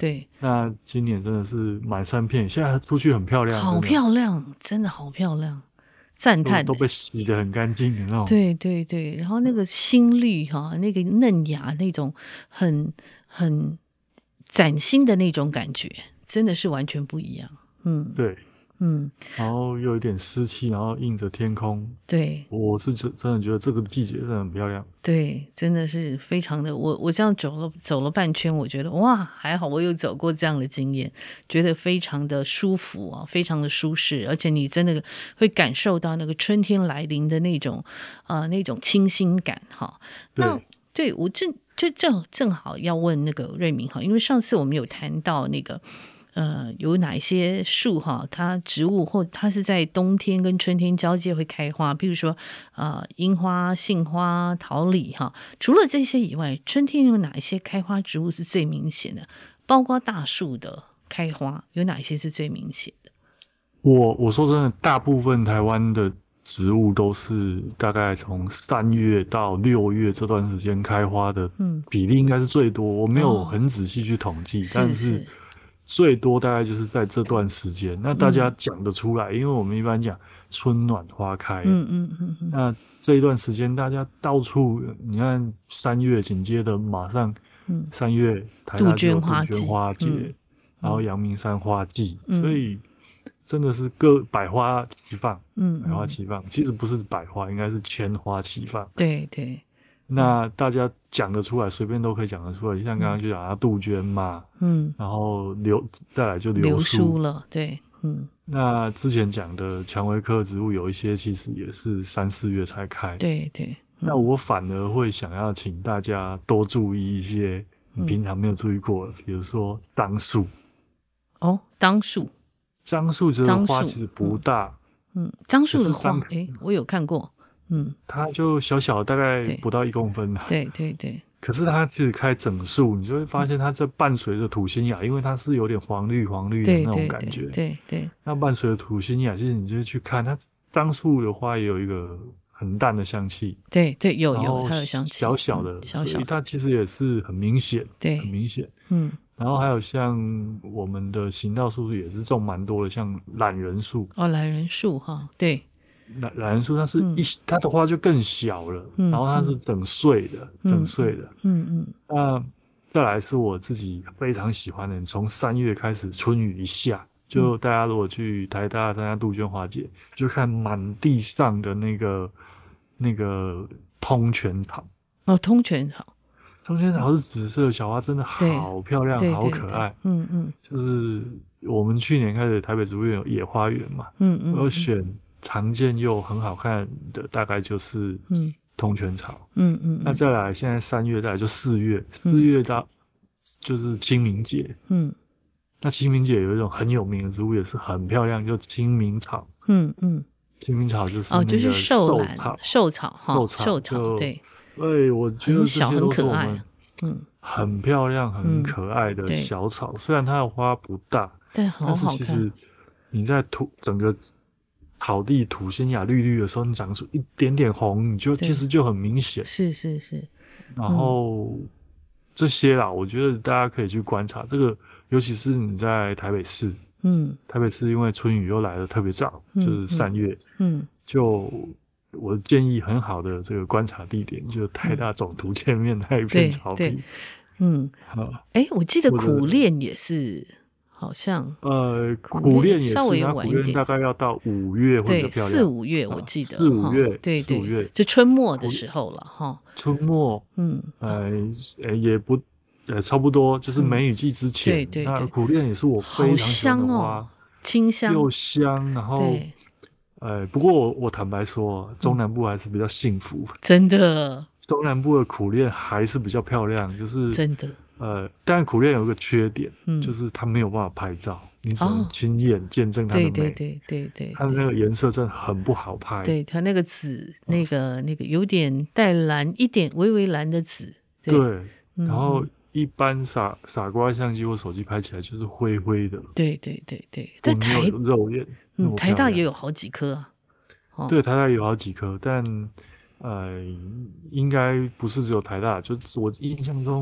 对。 那今年真的是满山遍野，现在出去很漂亮， 好漂亮，真的好漂亮，赞叹、欸、 都, 都被洗得很干净的那种。 对对对，然后那个新绿哈，那个嫩芽那种很很崭新的那种感觉，真的是完全不一样。嗯， 对。 嗯， 然后又有点湿气，然后映着天空。 对， 我是真真的觉得这个季节真的很漂亮。 对，真的是非常的。我我这样走了走了半圈，我觉得哇，还好我有走过这样的经验，觉得非常的舒服啊，非常的舒适，而且你真的会感受到那个春天来临的那种呃那种清新感哈。那对我正就正正好要问那个瑞明哈，因为上次我们有谈到那个。呃，有哪一些树哈？它植物或它是在冬天跟春天交界会开花，比如说呃樱花、杏花、桃李哈。除了这些以外，春天有哪一些开花植物是最明显的？包括大树的开花，有哪一些是最明显的？ 我我说真的，大部分台湾的植物都是大概从三月到六月这段时间开花的，嗯，比例应该是最多。我没有很仔细去统计，哦、但是。是最多大概就是在这段时间，那大家讲得出来，嗯、因为我们一般讲春暖花开， 嗯嗯嗯嗯， 那这一段时间大家到处，你看三月紧接着马上，嗯，三月台大就有杜鹃花节，嗯、然后阳明山花季，嗯、所以真的是各百花齐放，嗯，百花齐放，其实不是百花，应该是千花齐放， 对对。 那大家讲得出来，随便都可以讲得出来。像刚刚就讲到杜鹃嘛，嗯，然后流再来就流苏了，对，嗯。 那之前讲的蔷薇科植物有一些其实也是三四月才开， 对对。 嗯、那我反而会想要请大家多注意一些你平常没有注意过的，嗯、比如说樟树。 哦，樟树， 樟树这个花其实不大， 嗯，樟树的花，哎、欸，我有看过。嗯， 它就小小，大概不到一公分。 对对对。 可是它其实开整树，你就会发现它在伴随着土星雅，因为它是有点黄绿黄绿的那种感觉。 对对 对, 对, 对。 那伴随着土星雅，其实你就去看它樟树的花也有一个很淡的香气。 对对，有有它有香气， 小小的，嗯、小小的，所以它其实也是很明显， 对， 很明显。 嗯。 然后还有像我们的行道树也是种蛮多的，像懒人树。 哦，懒人树哈，对。 懒懒人树它是一、嗯、它的花就更小了，嗯、然后它是整穗的，嗯、整穗的， 嗯嗯。 那再来是我自己非常喜欢的，从三月开始，春雨一下，就大家如果去台大参加杜鹃花节，就看满地上的那个那个通泉草。 哦，通泉草， 通泉草是紫色的小花，真的好漂亮，好可爱。 嗯嗯。 就是我们去年开始台北植物园有野花园嘛， 嗯嗯， 我有选。常见又很好看的大概就是通泉草， 嗯嗯， 那再来现在三月，再来就四月，四、嗯、月到就是清明节， 嗯， 那清明节有一种很有名的植物也是很漂亮，就清明草， 嗯嗯， 清明草就是哦，就是寿草， 寿草哈， 寿草， 寿草，对， 对，我觉得这些都是我们嗯很漂亮、很可爱的小草，嗯、虽然它的花不大， 但好好看， 但是其实你在土整个。草地土星雅绿绿的时候，你长出一点点红，你就其实就很明显。 是是是。 然后、嗯、这些啦，我觉得大家可以去观察这个，尤其是你在台北市， 嗯， 台北市因为春雨又来得特别早， 嗯、 就是三月， 嗯， 就我建议很好的这个观察地点，就是台大总图前面那一片草地。 嗯，哎、欸，我记得苦楝也是。好像呃，苦楝也是， 稍微晚一点， 大概要到五月会比较漂亮， 四五月我记得， 四五月， 对对， 四五月就春末的时候了哈。 春末， 嗯， 呃，呃，也不，呃，差不多就是梅雨季之前。 对对， 那苦楝也是我非常喜欢的花， 清香又香，然后，呃，不过我我坦白说，中南部还是比较幸福， 真的， 中南部的苦楝还是比较漂亮，就是真的。 呃，但苦楝有一个缺点，嗯，就是它没有办法拍照，你只能亲眼见证它的美。 对对对对， 它的那个颜色真的很不好拍。 对，它那个紫，那个那个有点带蓝，一点微微蓝的紫。 对，然后一般傻傻瓜相机或手机拍起来就是灰灰的。 对对对对，在台肉眼， 嗯，台大也有好几颗啊。 对，台大也有好几颗，但呃，应该不是只有台大，就我印象中。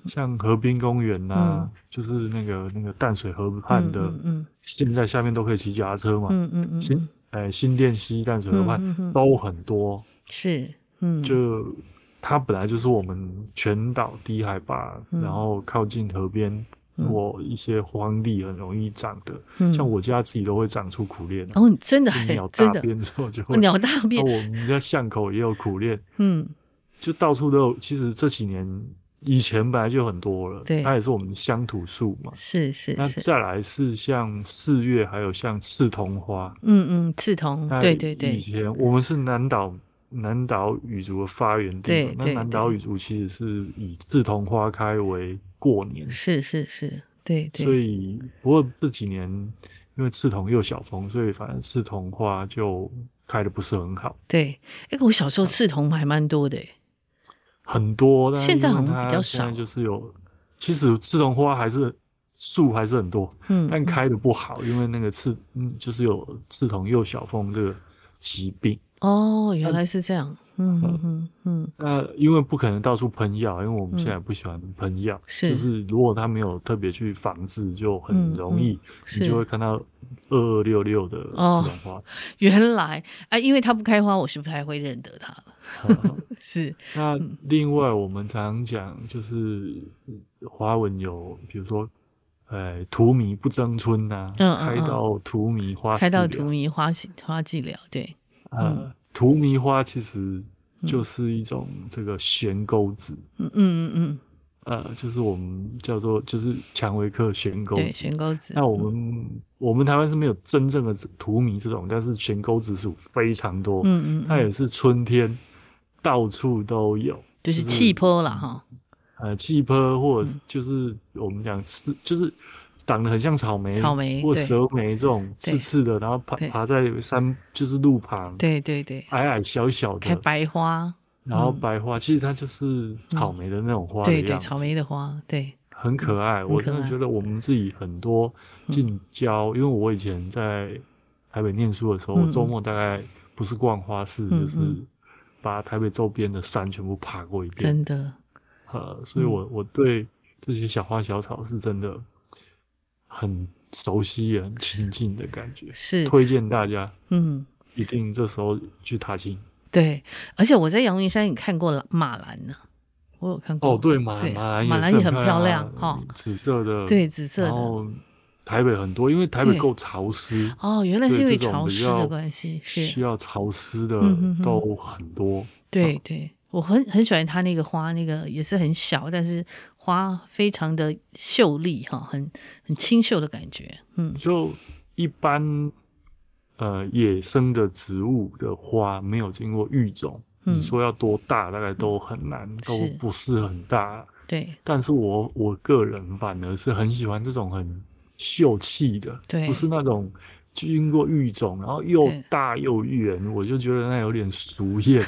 像河滨公园呐、啊嗯，就是那个那个淡水河畔的，嗯嗯，现在下面都可以骑脚踏车嘛，嗯嗯嗯，新哎新店溪淡水河畔、嗯嗯、都很多， 是，嗯， 就它本来就是我们全岛低海拔，嗯、然后靠近河边。或一些荒地很容易长的、嗯，像我家自己都会长出苦楝、啊。 哦，真的， 鸟大便之后就会。 鸟大便。 我们家巷口也有苦楝，嗯，就到处都有。其实这几年以前本来就很多了， 对， 它也是我们乡土树嘛。 是是是。 那再来是像四月，还有像刺桐花。 嗯嗯，刺桐，对对对。 以前我们是南岛南岛语族的发源地， 对对对。 那南岛语族其实是以刺桐花开为过年， 是是是，对对。 所以不过这几年因为刺桐又小风，所以反正刺桐花就开的不是很好。 对，哎，我小时候刺桐还蛮多的， 很多，但现在好像比较少。 就是有，其实刺桐花还是树还是很多，嗯，但开的不好，因为那个刺，嗯，就是有刺桐又小风这个疾病。 哦，原来是这样。嗯嗯嗯嗯。 那因为不可能到处喷药，因为我们现在不喜欢喷药、嗯，是，就是如果它没有特别去防治，就很容易，嗯嗯、你就会看到二二六六的刺桐花。 哦、原来啊，因为它不开花，我是不太会认得它了。嗯、是。 那另外我们常讲就是花文有，比如说。呃，荼蘼不争春呐、啊嗯嗯嗯，开到荼蘼花， 开到荼蘼花花寂寥，对， 呃，荼蘼花其实就是一种这个悬钩子， 嗯嗯嗯嗯， 呃，就是我们叫做就是蔷薇科悬钩子， 对，悬钩子。 那我们、嗯、我们台湾是没有真正的荼蘼这种，但是悬钩子属非常多，嗯嗯，它也是春天到处都有， 就是气坡啦哈。 呃，气坡或者是就是我们讲刺，就是长得很像草莓、 草莓或蛇莓这种刺刺的，然后爬爬在山，就是路旁， 对对对， 矮矮小小的， 开白花， 然后白花，嗯、其实它就是草莓的那种花的样子， 对对，草莓的花，对， 很可爱。我真的觉得我们自己很多近郊、嗯，因为我以前在台北念书的时候，嗯、我周末大概不是逛花市，嗯、就是把台北周边的山全部爬过一遍， 真的。 呃，所以我我对这些小花小草是真的很熟悉也很亲近的感觉， 是推荐大家，嗯，一定这时候去踏青。 对，而且我在阳明山也看过马兰呢，我有看过。 哦，对，马兰马兰马兰也很漂亮哈， 紫色的， 对，紫色的。 然后台北很多，因为台北够潮湿。 哦，原来是因为潮湿的关系，是需要潮湿的都很多。 对对。我很很喜欢它那个花，那个也是很小，但是花非常的秀丽哈，很很清秀的感觉。嗯， 就一般呃野生的植物的花没有经过育种，嗯、你说要多大，大概都很难，嗯、都不是很大。 对， 但是我我个人反而是很喜欢这种很秀气的， 对， 不是那种。经过育种，然后又大又圆，我就觉得那有点俗艳。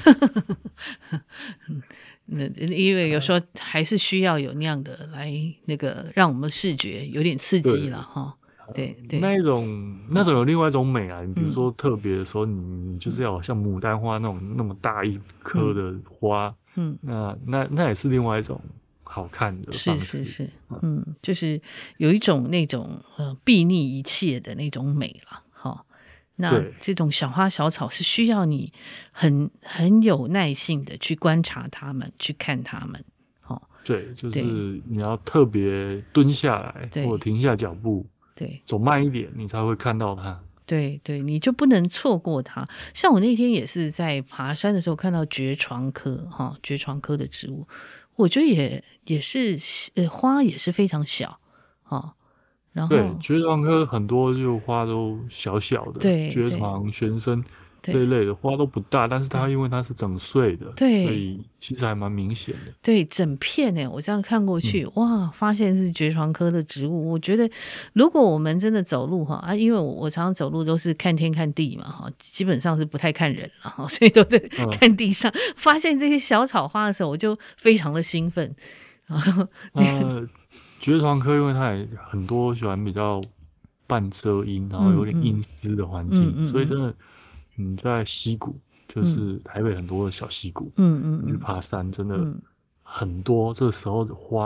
那因为有时候还是需要有那样的来那个让我们视觉有点刺激了哈。对对， 那一种那种有另外一种美啊，你比如说特别的时候，你你就是要像牡丹花那种那么大一颗的花，嗯，那那那也是另外一种。好看的方式是是是，嗯，就是有一种那种呃睥睨一切的那种美了，哈。那这种小花小草是需要你很很有耐性的去观察它们，去看它们，哦， 对，就是你要特别蹲下来或者停下脚步， 对， 走慢一点，你才会看到它。 对对，你就不能错过它。像我那天也是在爬山的时候看到蕨床科哈，蕨床科的植物。我觉得也也是，呃，花也是非常小，哦，然后对，蕨床科很多就花都小小的， 对， 蕨床、玄参这一类的花都不大，但是它因为它是整穗的， 对， 所以其实还蛮明显的。 对，整片呢，我这样看过去，嗯、哇，发现是蕨床科的植物。我觉得，如果我们真的走路哈啊，因为我我常常走路都是看天看地嘛哈，基本上是不太看人了哈，所以都在看地上。嗯、发现这些小草花的时候，我就非常的兴奋。 呃，蕨床科因为它也很多喜欢比较半遮阴，然后有点阴湿的环境，嗯嗯、所以真的。你在溪谷，就是台北很多的小溪谷，嗯嗯，你去爬山真的很多。嗯、这时候的花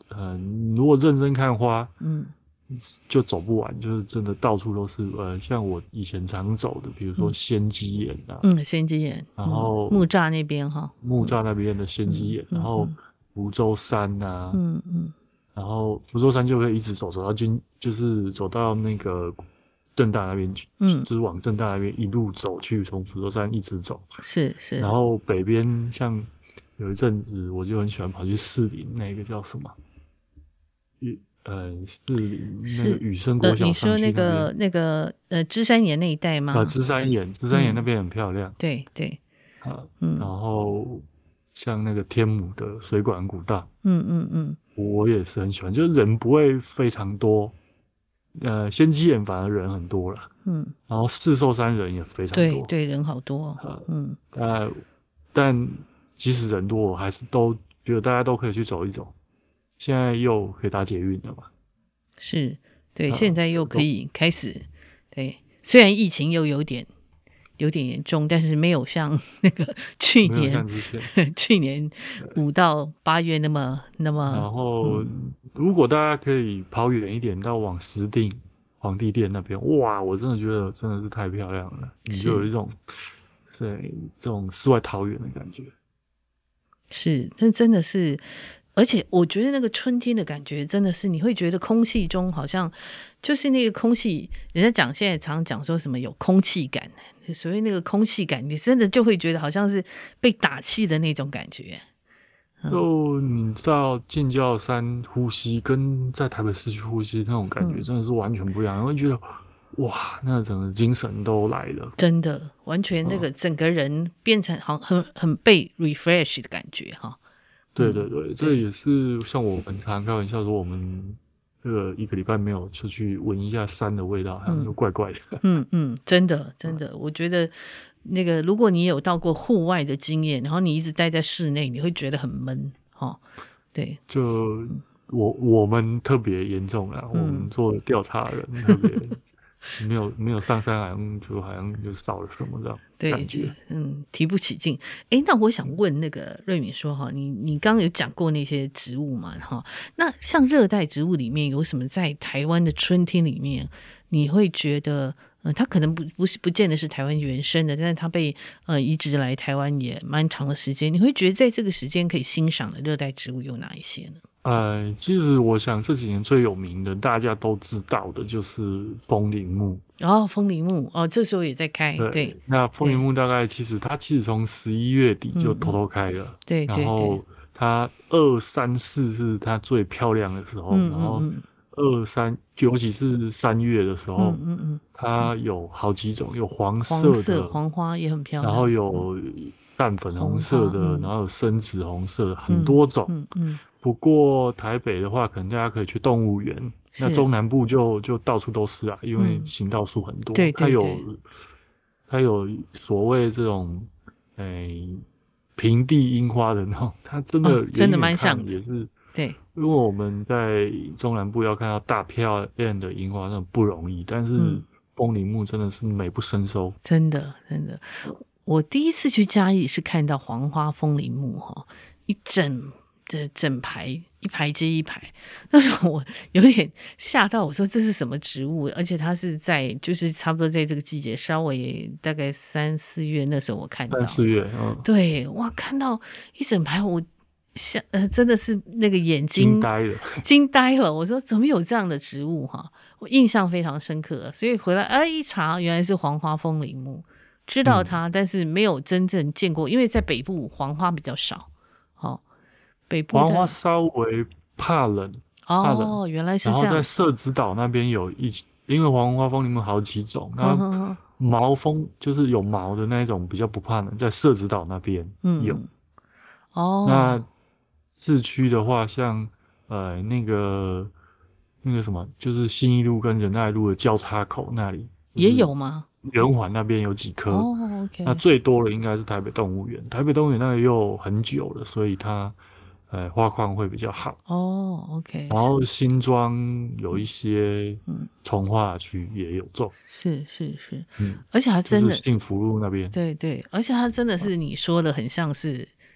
呃，如果认真看花， 嗯， 就走不完，就是真的到处都是。呃，像我以前常走的，比如说仙姬岩啊， 嗯，仙姬岩， 然后木栅那边哈， 木栅那边的仙姬岩， 嗯、 然后福州山啊， 嗯嗯， 然后福州山就可以一直走走到军，就是走到那个政大那边去，嗯，就是往政大那边一路走去，从福州山一直走， 是是， 然后北边像有一阵子我就很喜欢跑去士林，那个叫什么？呃，士林那个羽生国小上去那边、呃、 你说那个那个呃芝山岩那一带吗？ 啊，芝山岩，芝山岩那边很漂亮。 嗯、对对， 啊，嗯，然后像那个天母的水管古道， 嗯嗯嗯， 我也是很喜欢，就是人不会非常多，呃，仙姬岩反而人很多了，嗯，然后四兽山人也非常多， 对对，人好多，啊、嗯， 呃，但即使人多，我还是都觉得大家都可以去走一走。现在又可以搭捷运了嘛？ 是，对，啊、现在又可以开始，对，虽然疫情又有点有点严重，但是没有像那个去年去年五到八月那么那么。 然后，嗯、如果大家可以跑远一点，到往石碇、皇帝殿那边，哇，我真的觉得真的是太漂亮了，你就有一种对这种世外桃源的感觉。 是，但真的是。而且我觉得那个春天的感觉真的是，你会觉得空气中好像就是那个空气，人家讲现在常讲说什么有空气感，所谓那个空气感，你真的就会觉得好像是被打气的那种感觉。 嗯、就你到建教山呼吸，跟在台北市区呼吸那种感觉真的是完全不一样，你、嗯、会觉得哇，那整个精神都来了， 真的完全那个整个人变成好很很被 refresh 的感觉哈。 对对对，这也是像我们常开玩笑说，我们这个一个礼拜没有出去闻一下山的味道，好像就怪怪的。 嗯嗯，真的真的，我觉得那个如果你有到过户外的经验，然后你一直待在室内，你会觉得很闷哈。对， 就我我们特别严重啦，嗯、我们做调查的人特别。没有没有上山，好像就好像就少了什么这样感觉， 嗯，提不起劲。哎，那我想问那个瑞敏说哈，你你刚刚有讲过那些植物嘛哈？那像热带植物里面有什么在台湾的春天里面，你会觉得呃，它可能不不是不见得是台湾原生的，但是它被呃移植来台湾也蛮长的时间，你会觉得在这个时间可以欣赏的热带植物有哪一些呢？ 呃，其实我想这几年最有名的，大家都知道的就是枫林木。 哦，枫林木哦，这时候也在开。对，对那枫林木大概其实它其实从十一月底就偷偷开了。嗯、 对， 然后它二三四是它最漂亮的时候，嗯、然后二三尤其是三月的时候，嗯嗯嗯，它有好几种，有黄色的， 黄色黄花也很漂亮， 然后有淡粉红色的，嗯、然后有深紫红色的，很多种。嗯 嗯, 嗯。不过台北的话，可能大家可以去动物园。那中南部就就到处都是啊，因为行道树很多。嗯、对对对，它有它有所谓这种诶、欸、平地樱花的那种，它真的、哦、 真的蛮像的， 也是对。 因为我们在中南部要看到大漂亮的樱花，那不容易。但是枫林木真的是美不胜收， 真的真的。我第一次去嘉义是看到黄花枫林木哈，一整。的整排一排接一排，那时候我有点吓到，我说这是什么植物？而且它是在就是差不多在这个季节，稍微大概三四月那时候我看到， 三四月，嗯， 对，哇，看到一整排，我吓呃真的是那个眼睛惊呆了， 惊呆了。我说怎么有这样的植物哈？我印象非常深刻，所以回来哎一查，原来是黄花枫林木，知道它，嗯、但是没有真正见过，因为在北部黄花比较少，好。北部黄花稍微怕冷，怕冷哦，原来是这样。 然后在社子岛那边有一，因为黄花枫林木好几种，然后毛枫就是有毛的那一种比较不怕冷，在社子岛那边有。嗯、哦，那市区的话，像呃那个那个什么，就是信义路跟仁爱路的交叉口那里也有吗？ 圆环那边有几棵。 哦 ，OK。 那最多的应该是台北动物园，台北动物园那个又很久了，所以它。呃，花况会比较好哦 ，OK。 然后新庄有一些重化区也有种， 是是是，嗯，而且它真的、 就是幸福路那边， 对对，而且它真的是你说的很像是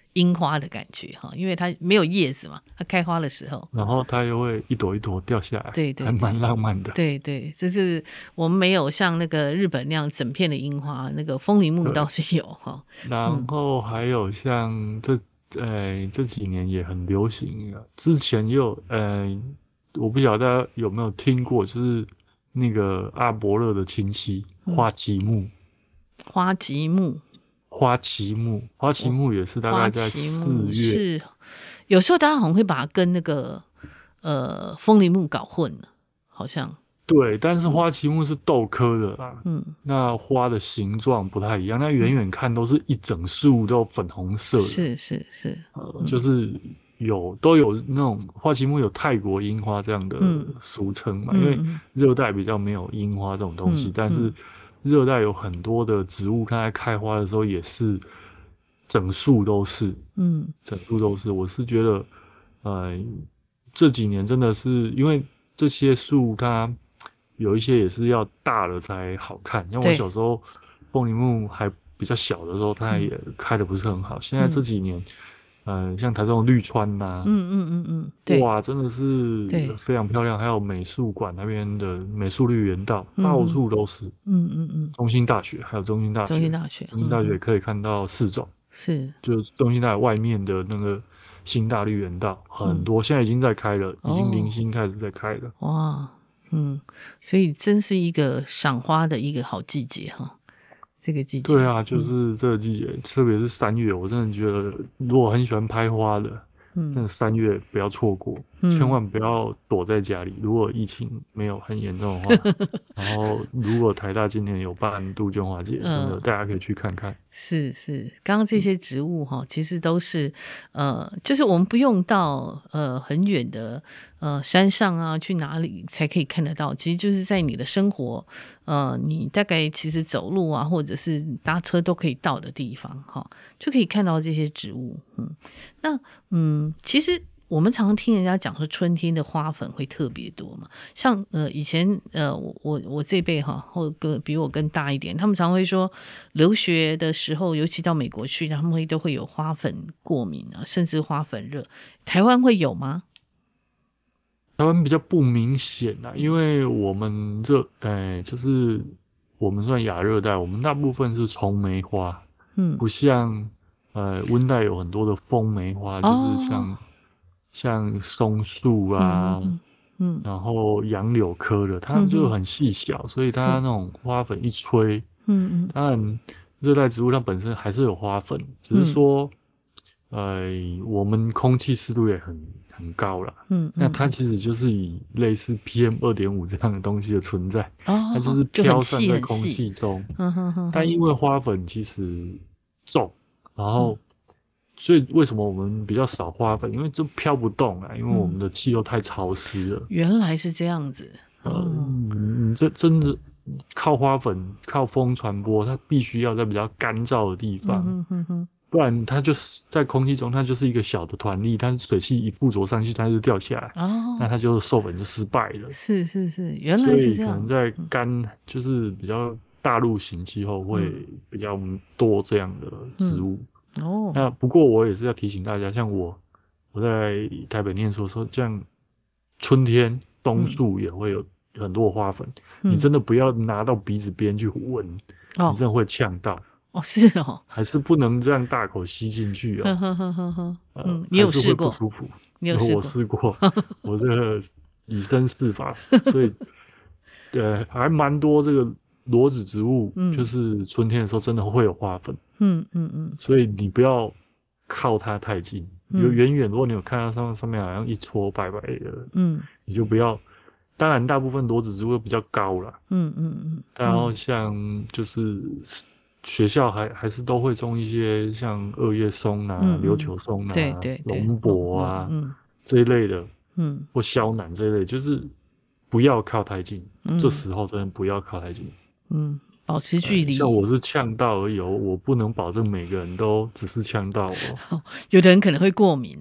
樱花的感觉哈，因为它没有叶子嘛，它开花的时候， 然后它又会一朵一朵掉下来， 对对对， 还蛮浪漫的。 对对，就是我们没有像那个日本那样整片的樱花，那个枫林木倒是有哈。 然后还有像这呃这几年也很流行，之前也有呃我不晓得大家有没有听过，就是那个阿伯勒的亲戚花旗木， 花旗木。 花旗木，花旗木也是大概在四月， 是有时候大家好像会把它跟那个呃枫林木搞混了，好像对，但是花旗木是豆科的啦，嗯，那花的形状不太一样，那远远看都是一整树都粉红色的， 是是是， 呃，嗯、就是有都有那种花旗木有泰国樱花这样的俗称嘛，嗯、因为热带比较没有樱花这种东西，嗯、但是。热带有很多的植物，它在开花的时候也是整树都是，嗯，整树都是。我是觉得，呃，这几年真的是因为这些树它有一些也是要大了才好看。像我小时候枫林木还比较小的时候，它也开得不是很好。嗯、现在这几年。呃，像台中的绿川呐、啊， 嗯嗯嗯嗯，对， 哇，真的是非常漂亮。还有美术馆那边的美术绿园道，嗯、到处都是。嗯嗯嗯。中兴大学还有中兴大学， 中兴大学， 中兴大学可以看到四种， 是， 就是中兴大学外面的那个新大绿园道，很多、嗯、现在已经在开了，已经零星开始在开了。 哦、哇，嗯，所以真是一个赏花的一个好季节哈。这个季节对啊，就是这个季节，嗯、特别是三月，我真的觉得，如果很喜欢拍花的，嗯，那三月不要错过，嗯、千万不要躲在家里。如果疫情没有很严重的话，然后如果台大今年有办杜鹃花节，真的、嗯、大家可以去看看。 是是，刚刚这些植物哈，其实都是呃，就是我们不用到呃很远的呃山上啊，去哪里才可以看得到？其实就是在你的生活，呃，你大概其实走路啊，或者是搭车都可以到的地方哈，就可以看到这些植物。嗯，那嗯，其实。我们常常听人家讲说春天的花粉会特别多嘛，像呃以前呃我我这辈哈或更比我更大一点，他们常会说留学的时候，尤其到美国去，他们会都会有花粉过敏啊，甚至花粉热。台湾会有吗？ 台湾比较不明显啊，因为我们这哎就是我们算亚热带，我们大部分是丛梅花，嗯，不像呃温带有很多的风梅花，就是像。哦像松树啊，嗯，嗯然后杨柳科的，它就很细小，嗯、所以它那种花粉一吹，嗯嗯，当然热带植物它本身还是有花粉，只是说，嗯、呃，我们空气湿度也很很高啦，嗯，嗯那它其实就是以类似 P M 二点五 这样的东西的存在，哦，它就是飘散在空气中，嗯哼哼，但因为花粉其实重，然后。嗯所以为什么我们比较少花粉？因为就飘不动啊，因为我们的气候太潮湿了。 嗯、原来是这样子。 呃，你你这真的靠花粉、靠风传播，它必须要在比较干燥的地方，嗯哼哼不然它就是在空气中，它就是一个小的团粒，它水汽一附着上去，它就掉下来。哦，那它就授粉就失败了。 是是是，原来是这样。 所以可能在干，就是比较大陆型气候会比较多这样的植物。嗯哦，那不过我也是要提醒大家，像我我在台北念书的时候，这样春天冬树也会有很多花粉，嗯、你真的不要拿到鼻子边去闻，哦、你真的会呛到。 哦，是哦， 还是不能这样大口吸进去哦。呵呵呵呵呃、 嗯，你有试过？ 不舒服。 你有试过？ 我试过，我这个以身试法，所以对，还蛮多这个裸子植物，嗯、就是春天的时候真的会有花粉。嗯嗯嗯，所以你不要靠它太近，有远远，如果你有看到上上面好像一撮白白的，嗯，你就不要。当然，大部分裸子植物比较高啦，嗯嗯嗯，然后像就是学校还还是都会种一些像二叶松啊、嗯、琉球松啊、对对对龙柏啊、嗯嗯、这一类的，嗯，或肖楠这一类，就是不要靠太近，嗯、这时候真的不要靠太近， 嗯。保持距离， 像我是呛到而已，我不能保证每个人都只是呛到我。 有的人可能会过敏的。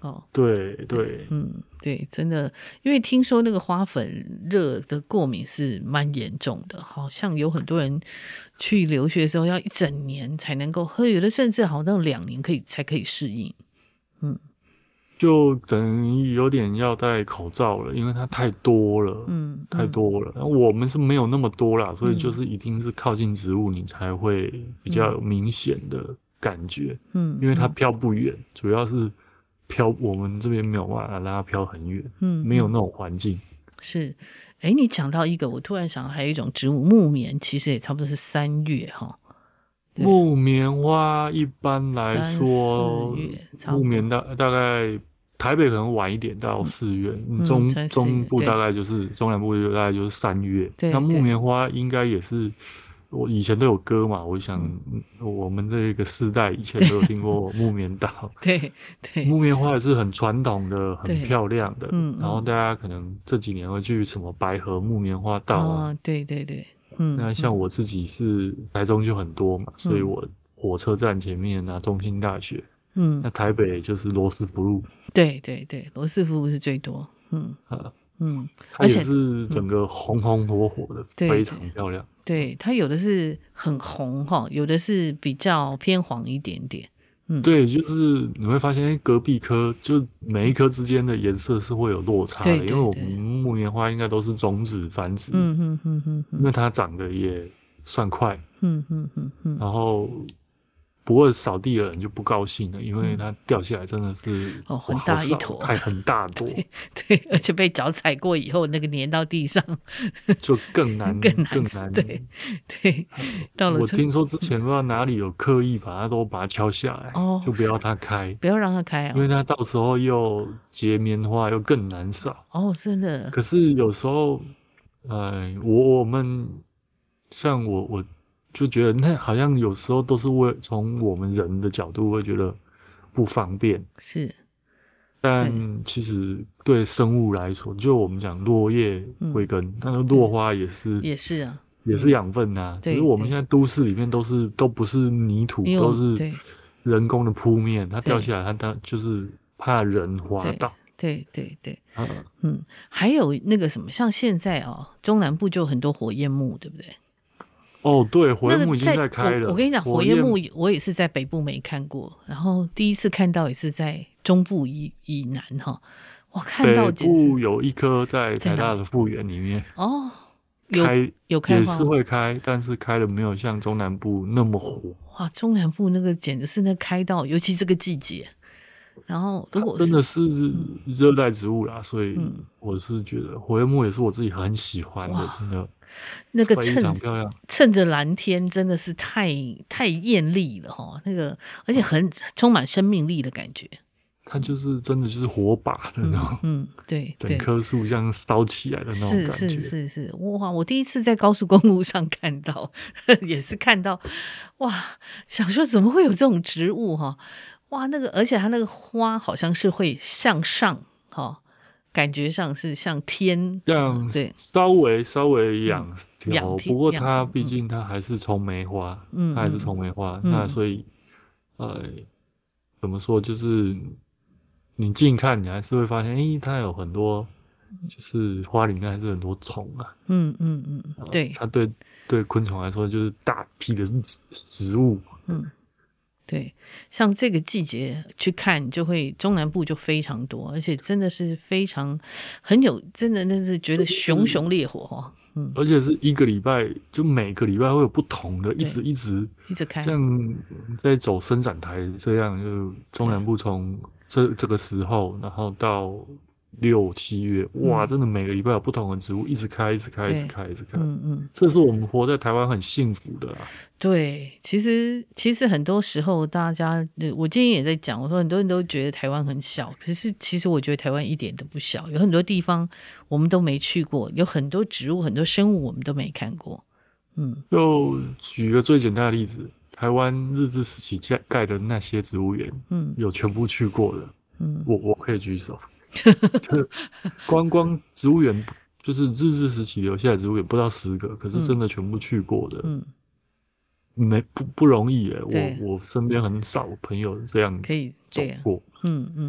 哦， 对对， 嗯，对，真的，因为听说那个花粉热的过敏是蛮严重的，好像有很多人去留学的时候要一整年才能够喝，有的甚至好像两年可以才可以适应。嗯， 就等于有点要戴口罩了，因为它太多了， 嗯， 太多了。嗯、我们是没有那么多啦，所以就是一定是靠近植物，你才会比较有明显的感觉。嗯，因为它飘不远，主要是飘，我们这边没有办法让它飘很远，嗯，没有那种环境。 是，哎，你讲到一个，我突然想到还有一种植物木棉，其实也差不多是三月哈。 木棉花一般来说，木棉大大概台北可能晚一点到四月，嗯、中中部大概就是中南部大概就是三月。那木棉花应该也是我以前都有歌嘛，我想我们这个世代以前都有听过木棉道。 对对， 木棉花也是很传统的、很漂亮的。嗯，然后大家可能这几年会去什么白河木棉花道啊？ 哦、对对对。嗯， 那像我自己是台中就很多嘛，嗯、所以我火车站前面啊，中兴大学，嗯，那台北就是罗斯福路， 对对对，罗斯福路是最多，嗯啊嗯，它也是整个红红火火的，嗯、非常漂亮。 对，它有的是很红哈，有的是比较偏黄一点点。 嗯，对，就是你会发现隔壁棵就每一棵之间的颜色是会有落差的，对对对，因为我们木棉花应该都是种子繁殖，嗯嗯嗯嗯，因为它长得也算快，嗯嗯嗯嗯，然后不过扫地的人就不高兴了，因为它掉下来真的是哦很大一坨， 太很大坨， 对，对，而且被脚踩过以后，那个粘到地上就更难更难更难， 对对。到了我听说之前不知道哪里有刻意把它都把它敲下来，哦，就不要它开， 不要让它开啊， 因为它到时候又结棉花又更难扫。 哦，真的。 可是有时候，呃，我我们像我我。就觉得那好像有时候都是为从我们人的角度会觉得不方便， 是， 但其实对生物来说，就我们讲落叶归根，那个落花也是也是啊， 也是养分啊。只是我们现在都市里面都是都不是泥土，都是人工的铺面，它掉下来，它它就是怕人滑倒。 对对对，嗯嗯，还有那个什么，像现在哦，中南部就很多火焰木，对不对？ 哦，对，火焰木已经在开了。 我, 我跟你讲，火焰木我也是在北部没看过，然后第一次看到也是在中部以以南哈。我看到北部有一棵在台大的复原里面哦， 开有开也是会开，但是开的没有像中南部那么火。 哇，中南部那个简直是那开到，尤其这个季节。然后如果真的是热带植物啦，嗯、所以我是觉得火焰木也是我自己很喜欢的，真的。 那个趁趁着蓝天真的是太太艳丽了哈，那个而且很充满生命力的感觉。 它就是真的就是火把的那种， 嗯，嗯对， 整棵树像烧起来的那种感觉。 是是是是，哇！我第一次在高速公路上看到，也是看到，哇！想说怎么会有这种植物哈？哇，那个而且它那个花好像是会向上哈。感觉上是像天， 像对， 稍微稍微仰条，不过它毕竟它还是丛梅花，嗯，它还是丛梅花，嗯、那所以，呃，怎么说，就是你近看，你还是会发现，哎，它有很多，就是花里面还是很多虫啊， 嗯嗯嗯，对， 它对对昆虫来说就是大批的食物， 嗯。对，像这个季节去看，就会中南部就非常多，而且真的是非常很有，真的那是觉得熊熊烈火哈，嗯， 而且是一个礼拜，就每个礼拜会有不同的，一直一直一直开， 像在走伸展台这样，就中南部从这这个时候，然后到六七月，哇，真的每个礼拜有不同的植物一直开，一直开，一直开，一直开。嗯嗯，这是我们活在台湾很幸福的啊。 对，其实其实很多时候大家，我今天也在讲，我说很多人都觉得台湾很小，可是其实我觉得台湾一点都不小，有很多地方我们都没去过，有很多植物、很多生物我们都没看过。嗯， 就举个最简单的例子，台湾日治时期盖的那些植物园，嗯，有全部去过的，嗯，我我可以举手。光光植物园就是日治时期留下来的植物园不到十个，可是真的全部去过的，嗯，没不不容易耶。我我身边很少朋友这样可以走过， 嗯嗯，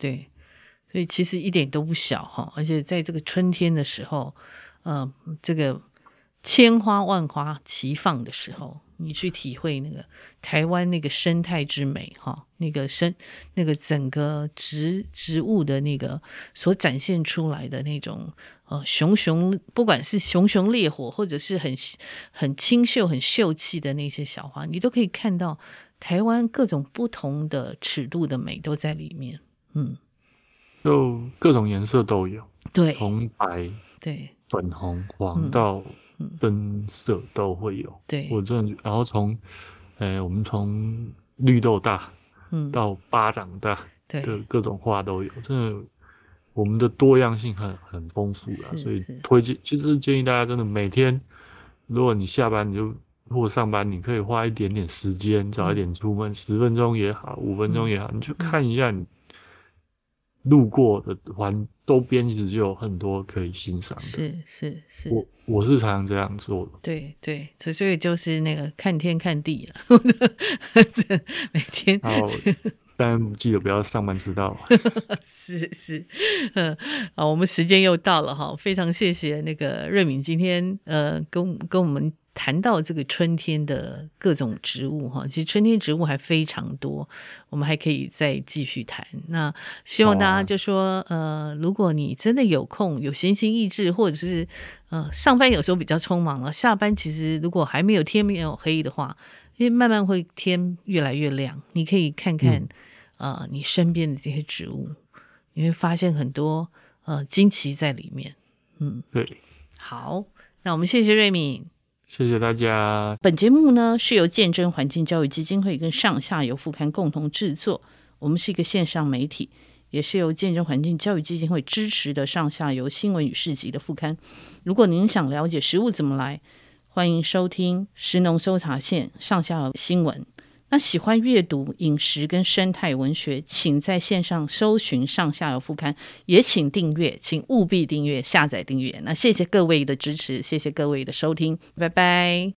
对，所以其实一点都不小哈，而且在这个春天的时候，呃，这个千花万花齐放的时候，你去体会那个台湾那个生态之美哈，那个生那个整个植植物的那个所展现出来的那种呃熊熊，不管是熊熊烈火，或者是很很清秀、很秀气的那些小花，你都可以看到台湾各种不同的尺度的美都在里面。嗯， 就各种颜色都有， 对， 从白、 对、 粉红、黄到深色都会有。 对， 我真的，然后从，呃，我们从绿豆大，嗯，到巴掌大的各种花都有，真的，我们的多样性很很丰富啦，所以推荐，其实建议大家真的每天，如果你下班你就或上班，你可以花一点点时间，早一点出门，十、嗯、分钟也好，五分钟也好，嗯、你去看一下你路过的环周边，其实就有很多可以欣赏的。 是是是， 我我是常常这样做的。 对对，所以就是那个看天看地了，每天。 好，但记得不要上班迟到。 是是，嗯，好，我们时间又到了哈，非常谢谢那个瑞敏今天呃跟跟我们谈到这个春天的各种植物哈，其实春天植物还非常多，我们还可以再继续谈。那希望大家就说，呃，如果你真的有空、有闲情逸致，或者是呃上班有时候比较匆忙了，下班其实如果还没有天没有黑的话，因为慢慢会天越来越亮，你可以看看、嗯、呃你身边的这些植物，你会发现很多呃惊奇在里面。嗯， 对， 好，那我们谢谢瑞敏。 谢谢大家。 本节目呢是由见证环境教育基金会跟上下游副刊共同制作，我们是一个线上媒体，也是由见证环境教育基金会支持的上下游新闻与市集的副刊。如果您想了解食物怎么来，欢迎收听食农搜查线上下游新闻。那喜欢阅读饮食跟生态文学，请在线上搜寻上下游副刊，也请订阅，请务必订阅、下载订阅。那谢谢各位的支持，谢谢各位的收听，拜拜。